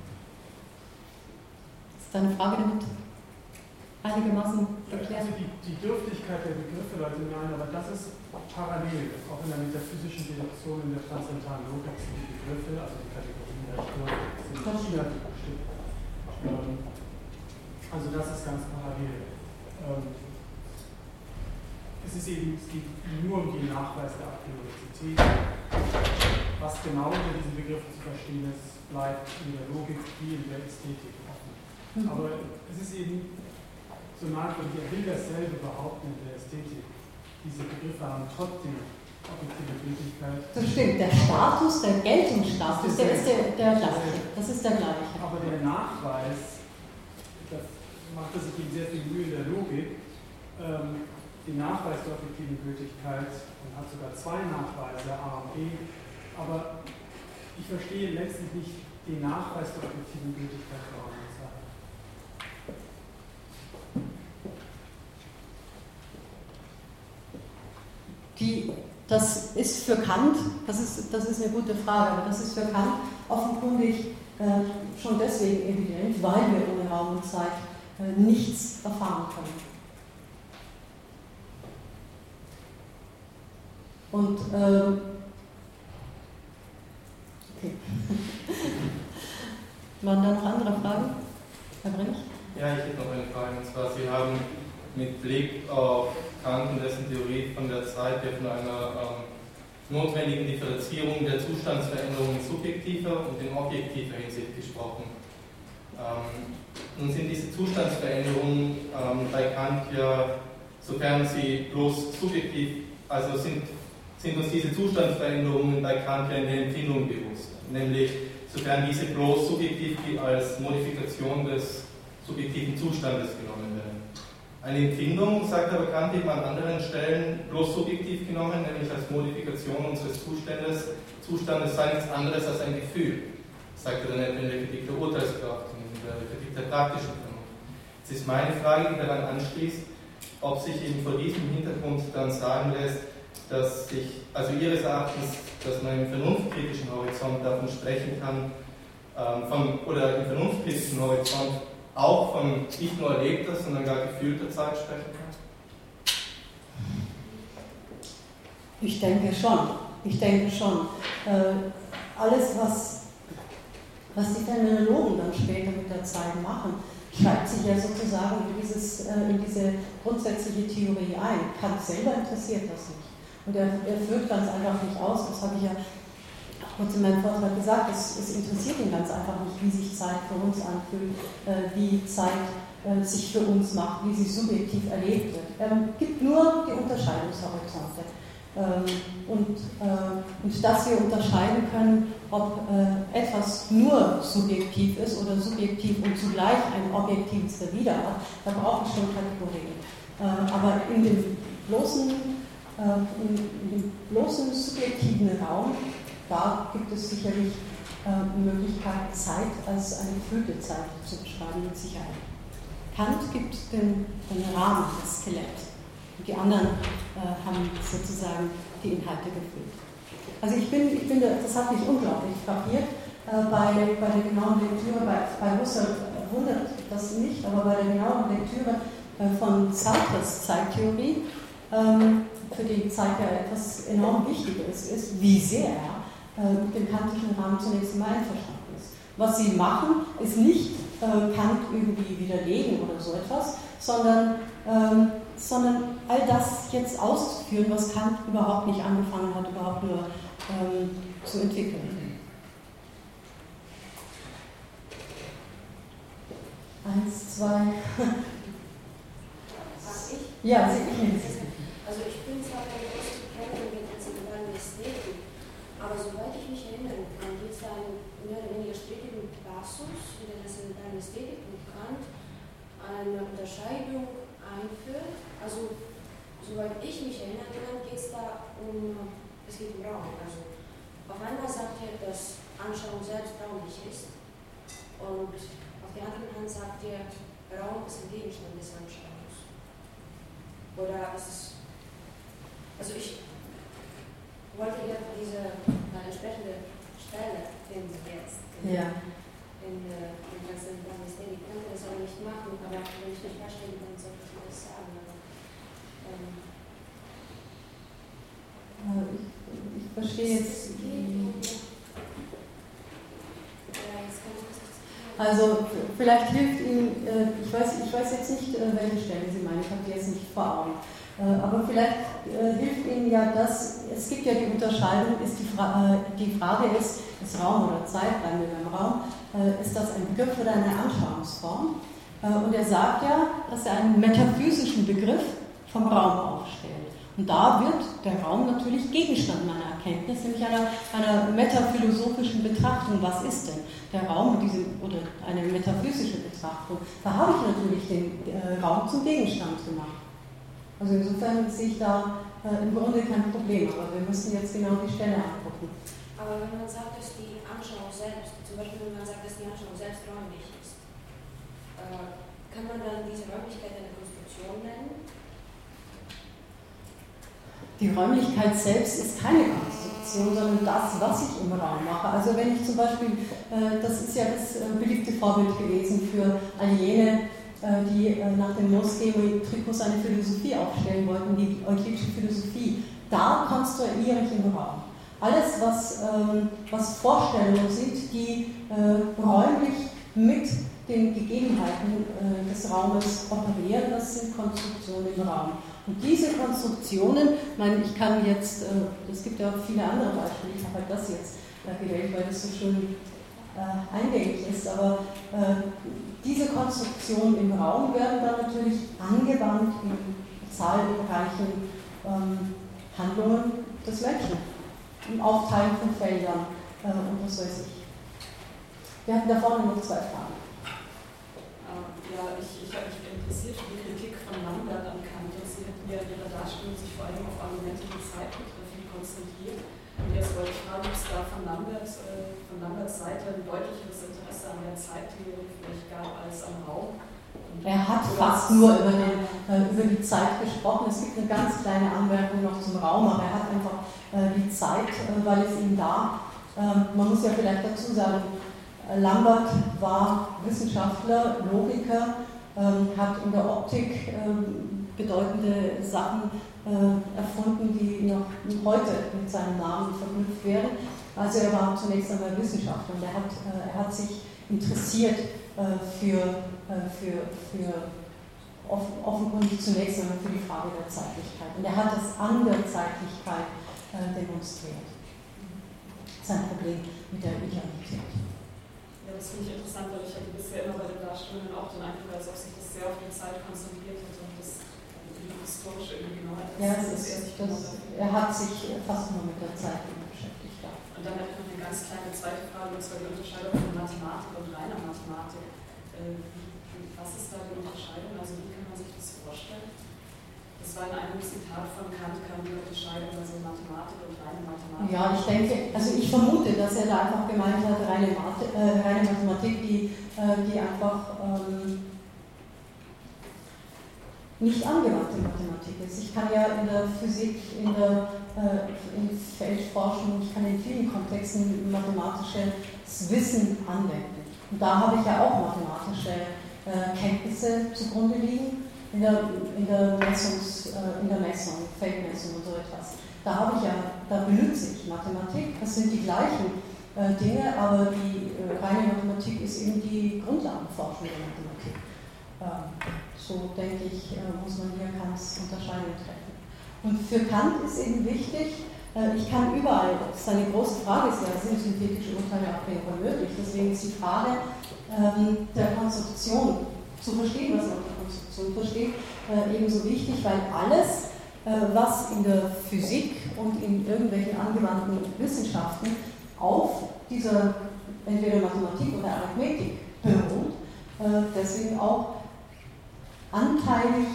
Ist deine Frage damit einigermaßen erklärt? Also die Dürftigkeit der Begriffe, Leute, nein, aber das ist parallel. Auch in der metaphysischen Deduktion, in der transzendentalen Logik sind die Begriffe, also die Kategorien der Störung, sind bestimmt. Also das ist ganz parallel. Es geht nur um den Nachweis der Appriorizität. Was genau unter diesen Begriffen zu verstehen ist, bleibt in der Logik wie in der Ästhetik offen. Aber es ist eben so merkwürdig, er will dasselbe behaupten in der Ästhetik. Diese Begriffe haben trotzdem objektive Gültigkeit. Das stimmt, der Status, der Geltungsstatus, der ist der gleiche. Das ist der gleiche. Aber der Nachweis, das macht er sich eben sehr viel Mühe in der Logik, den Nachweis der objektiven Gültigkeit und hat sogar zwei Nachweise, A und B. Aber ich verstehe letztlich nicht den Nachweis der objektiven Gültigkeit der Raum und Zeit. Das ist für Kant, das ist eine gute Frage, aber das ist für Kant offenkundig schon deswegen evident, weil wir ohne Raum und Zeit nichts erfahren können. Und okay. Waren da noch andere Fragen? Herr Brink? Ja, ich hätte noch eine Frage. Und zwar, Sie haben mit Blick auf Kant und dessen Theorie von der Zeit ja von einer notwendigen Differenzierung der Zustandsveränderungen in subjektiver und in objektiver Hinsicht gesprochen. Nun sind diese Zustandsveränderungen bei Kant ja, sofern sie bloß subjektiv, also sind uns diese Zustandsveränderungen bei Kant ja in der Empfindung bewusst, nämlich sofern diese bloß subjektiv als Modifikation des subjektiven Zustandes genommen werden. Eine Empfindung, sagt aber Kant eben an anderen Stellen, bloß subjektiv genommen, nämlich als Modifikation unseres Zustandes sei nichts anderes als ein Gefühl, sagt er dann etwa in der Kritik der Urteilskraft und in der Kritik der praktischen Vernunft. Jetzt ist meine Frage, die daran anschließt, ob sich eben vor diesem Hintergrund dann sagen lässt, dass sich, also Ihres Erachtens, dass man im vernunftkritischen Horizont davon sprechen kann, oder im vernunftkritischen Horizont auch von nicht nur erlebter, sondern gar gefühlter Zeit sprechen kann? Ich denke schon. Alles, was die Phänomenologen dann später mit der Zeit machen, schreibt sich ja sozusagen in diese grundsätzliche Theorie ein. Kant selber interessiert das nicht. Und er führt ganz einfach nicht aus, das habe ich ja kurz in meinem Vortrag gesagt, es interessiert ihn ganz einfach nicht, wie sich Zeit für uns anfühlt, wie Zeit sich für uns macht, wie sie subjektiv erlebt wird. Er gibt nur die Unterscheidungshorizonte. Und dass wir unterscheiden können, ob etwas nur subjektiv ist oder subjektiv und zugleich ein objektives Dawider hat, da brauchen wir schon Kategorien. Aber in dem bloßen subjektiven Raum, da gibt es sicherlich Möglichkeit, Zeit als eine gefüllte Zeit zu beschreiben, mit Sicherheit. Kant gibt den Rahmen, das Skelett. Und die anderen haben sozusagen die Inhalte gefüllt. Also ich finde, das hat mich unglaublich frappiert. Bei der genauen Lektüre, bei Husserl wundert das nicht, aber bei der genauen Lektüre von Sartres Zeittheorie, für die Zeit ja etwas enorm Wichtiges ist, wie sehr er mit dem kantischen Rahmen zunächst einmal einverstanden ist. Was sie machen, ist nicht Kant irgendwie widerlegen oder so etwas, sondern all das jetzt auszuführen, was Kant überhaupt nicht angefangen hat, überhaupt nur zu entwickeln. 1, 2. Ja, ich nehme es. Also ich bin zwar keine große Kennerin mit transzendentalen Ästhetik, aber soweit ich mich erinnern kann, gibt es da einen mehr oder weniger strittigen Passus in der transzendentalen Ästhetik, wo Kant eine Unterscheidung einführt. Also soweit ich mich erinnern kann, geht es da um Raum. Also auf einmal sagt er, dass Anschauung selbst raumlich ist und auf der anderen Hand sagt er, Raum ist ein Gegenstand des Anschauens. Oder ist es. Also ich wollte ja diese entsprechende Stelle finden jetzt. In der transzendentalen Ästhetik. Ich könnte das aber nicht machen, aber wenn ich nicht verstehe, dann sollte ich das sagen. Ich verstehe jetzt. Also vielleicht hilft Ihnen, ich weiß jetzt nicht, welche Stelle Sie meinen, ich habe die jetzt nicht vor Augen. Aber vielleicht hilft Ihnen ja das, es gibt ja die Unterscheidung, die Frage ist Raum oder Zeit, bleiben wir beim Raum, ist das ein Begriff oder eine Anschauungsform? Und er sagt ja, dass er einen metaphysischen Begriff vom Raum aufstellt. Und da wird der Raum natürlich Gegenstand meiner Erkenntnis, nämlich einer metaphilosophischen Betrachtung. Was ist denn der Raum oder eine metaphysische Betrachtung? Da habe ich natürlich den Raum zum Gegenstand gemacht. Also insofern sehe ich da im Grunde kein Problem, aber wir müssen jetzt genau die Stelle angucken. Aber wenn man sagt, dass die Anschauung selbst, zum Beispiel wenn man sagt, dass die Anschauung selbst räumlich ist, kann man dann diese Räumlichkeit eine Konstruktion nennen? Die Räumlichkeit selbst ist keine Konstruktion, sondern das, was ich im Raum mache. Also wenn ich zum Beispiel, das ist ja das beliebte Vorbild gewesen für all jene, die nach dem Mos-Geometricus eine Philosophie aufstellen wollten, die euklidische Philosophie, da konstruiere ich im Raum. Alles, was Vorstellungen sind, die räumlich mit den Gegebenheiten des Raumes operieren, das sind Konstruktionen im Raum. Und diese Konstruktionen, ich kann jetzt, es gibt ja auch viele andere Beispiele, ich habe halt das jetzt gewählt, weil das so schön eingängig ist, aber diese Konstruktionen im Raum werden dann natürlich angewandt in zahlreichen Handlungen des Menschen, im Aufteilen von Feldern und was weiß ich. Wir hatten da vorne noch 2 Fragen. Ja, ich habe mich interessiert für die Kritik von Lambert an Kant. Sie hatten ja in Ihrer Darstellung sich vor allem auf Argumente und Zeitbegriffen konzentriert. Und jetzt wollte ich fragen, ob es da von Lamberts Seite ein deutlicheres Interesse an der Zeittheorie vielleicht gab als am Raum. Er hat fast nur über die Zeit gesprochen. Es gibt eine ganz kleine Anmerkung noch zum Raum, aber er hat einfach die Zeit, weil es ihm da, man muss ja vielleicht dazu sagen, Lambert war Wissenschaftler, Logiker, hat in der Optik bedeutende Sachen erfunden, die noch heute mit seinem Namen verknüpft werden. Also er war zunächst einmal Wissenschaftler und er hat sich interessiert offenkundig zunächst einmal für die Frage der Zeitlichkeit. Und er hat das an der Zeitlichkeit demonstriert. Sein Problem mit der Idealität. Ja, das finde ich interessant, weil ich hatte bisher immer bei den Darstellungen auch den Eindruck, als ob sich das sehr auf die Zeit konzentriert hätte und das historische irgendwie genau etwas. Ja, er hat sich fast nur mit der Zeit beschäftigt. Ja. Und dann habe ich noch eine ganz kleine zweite Frage, und zwar die Unterscheidung von Mathematik und reiner Mathematik. Was ist da die Unterscheidung? Also wie kann man sich das vorstellen? Das war in einem Zitat von Kant, kann man unterscheiden, also Mathematik und reine Mathematik. Ja, ich denke, also ich vermute, dass er da einfach gemeint hat, reine Mathematik, die einfach nicht angewandte Mathematik ist. Ich kann ja in der Physik, in Feldforschung, ich kann in vielen Kontexten mathematisches Wissen anwenden. Und da habe ich ja auch mathematische Kenntnisse zugrunde liegen, in der Messung, Feldmessung und so etwas. Da benutze ich Mathematik, das sind die gleichen Dinge, aber die reine Mathematik ist eben die Grundlagenforschung der Mathematik. So denke ich, muss man hier Kants Unterscheidung treffen. Und für Kant ist eben wichtig, ich kann überall, das ist eine große Frage, sind synthetische Urteile auch möglich, deswegen ist die Frage der Konstruktion, zu verstehen, was man unter Konstruktion versteht, ebenso wichtig, weil alles, was in der Physik und in irgendwelchen angewandten Wissenschaften auf dieser entweder Mathematik oder Arithmetik beruht, deswegen auch Anteile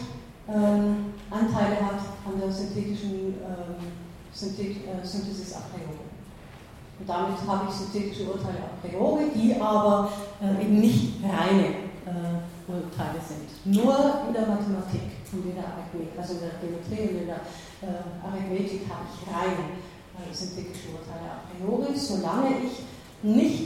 hat an der synthetischen Synthesis a priori. Und damit habe ich synthetische Urteile a priori, die aber eben nicht reine Urteile sind. Nur in der Mathematik und in der Arithmetik, also in der Geometrie und in der Arithmetik habe ich reine synthetische Urteile a priori, solange ich nicht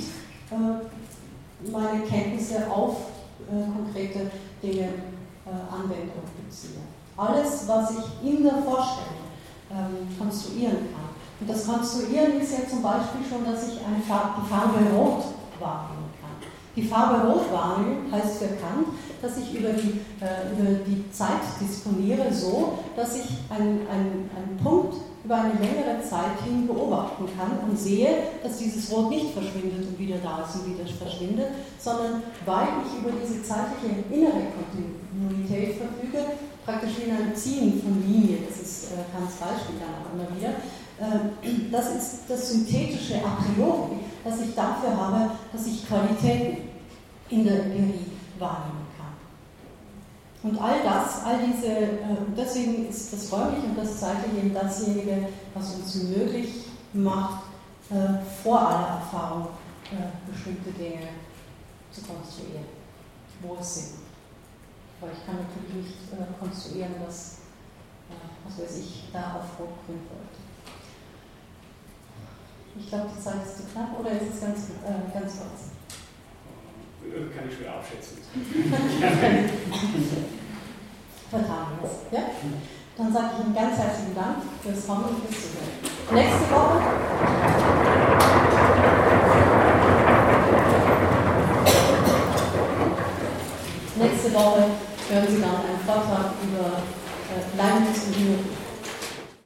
meine Kenntnisse auf konkrete Dinge anwende und beziehe. Alles, was ich in der Vorstellung konstruieren kann. Und das Konstruieren ist ja zum Beispiel schon, dass ich die Farbe Rot wahrnehmen kann. Die Farbe Rot wahrnehmen heißt für Kant, dass ich über die Zeit disponiere, so dass ich einen Punkt über eine längere Zeit hin beobachten kann und sehe, dass dieses Rot nicht verschwindet und wieder da ist und wieder verschwindet, sondern weil ich über diese zeitliche innere Kontinuität verfüge, praktisch wie in einem Ziehen von Linien, das ist Kants Beispiel dann auch immer wieder, das ist das synthetische a priori, das ich dafür habe, dass ich Qualitäten in der Empirie wahrnehmen kann. Und deswegen ist das räumliche und das zeitliche eben dasjenige, was uns möglich macht, vor aller Erfahrung bestimmte Dinge zu konstruieren, wo es Sinn macht. Weil ich kann natürlich nicht konstruieren, was weiß ich, da auf Rot-Grün folgt. Ich glaube, die Zeit ist zu knapp, oder ist es ganz kurz? Kann ich schwer abschätzen. Vertan wir es. Ja? Dann sage ich Ihnen ganz herzlichen Dank fürs Kommen und fürs Zuhören. Nächste Woche hören Sie dann einen Vortrag über Leibniz und Diogenes.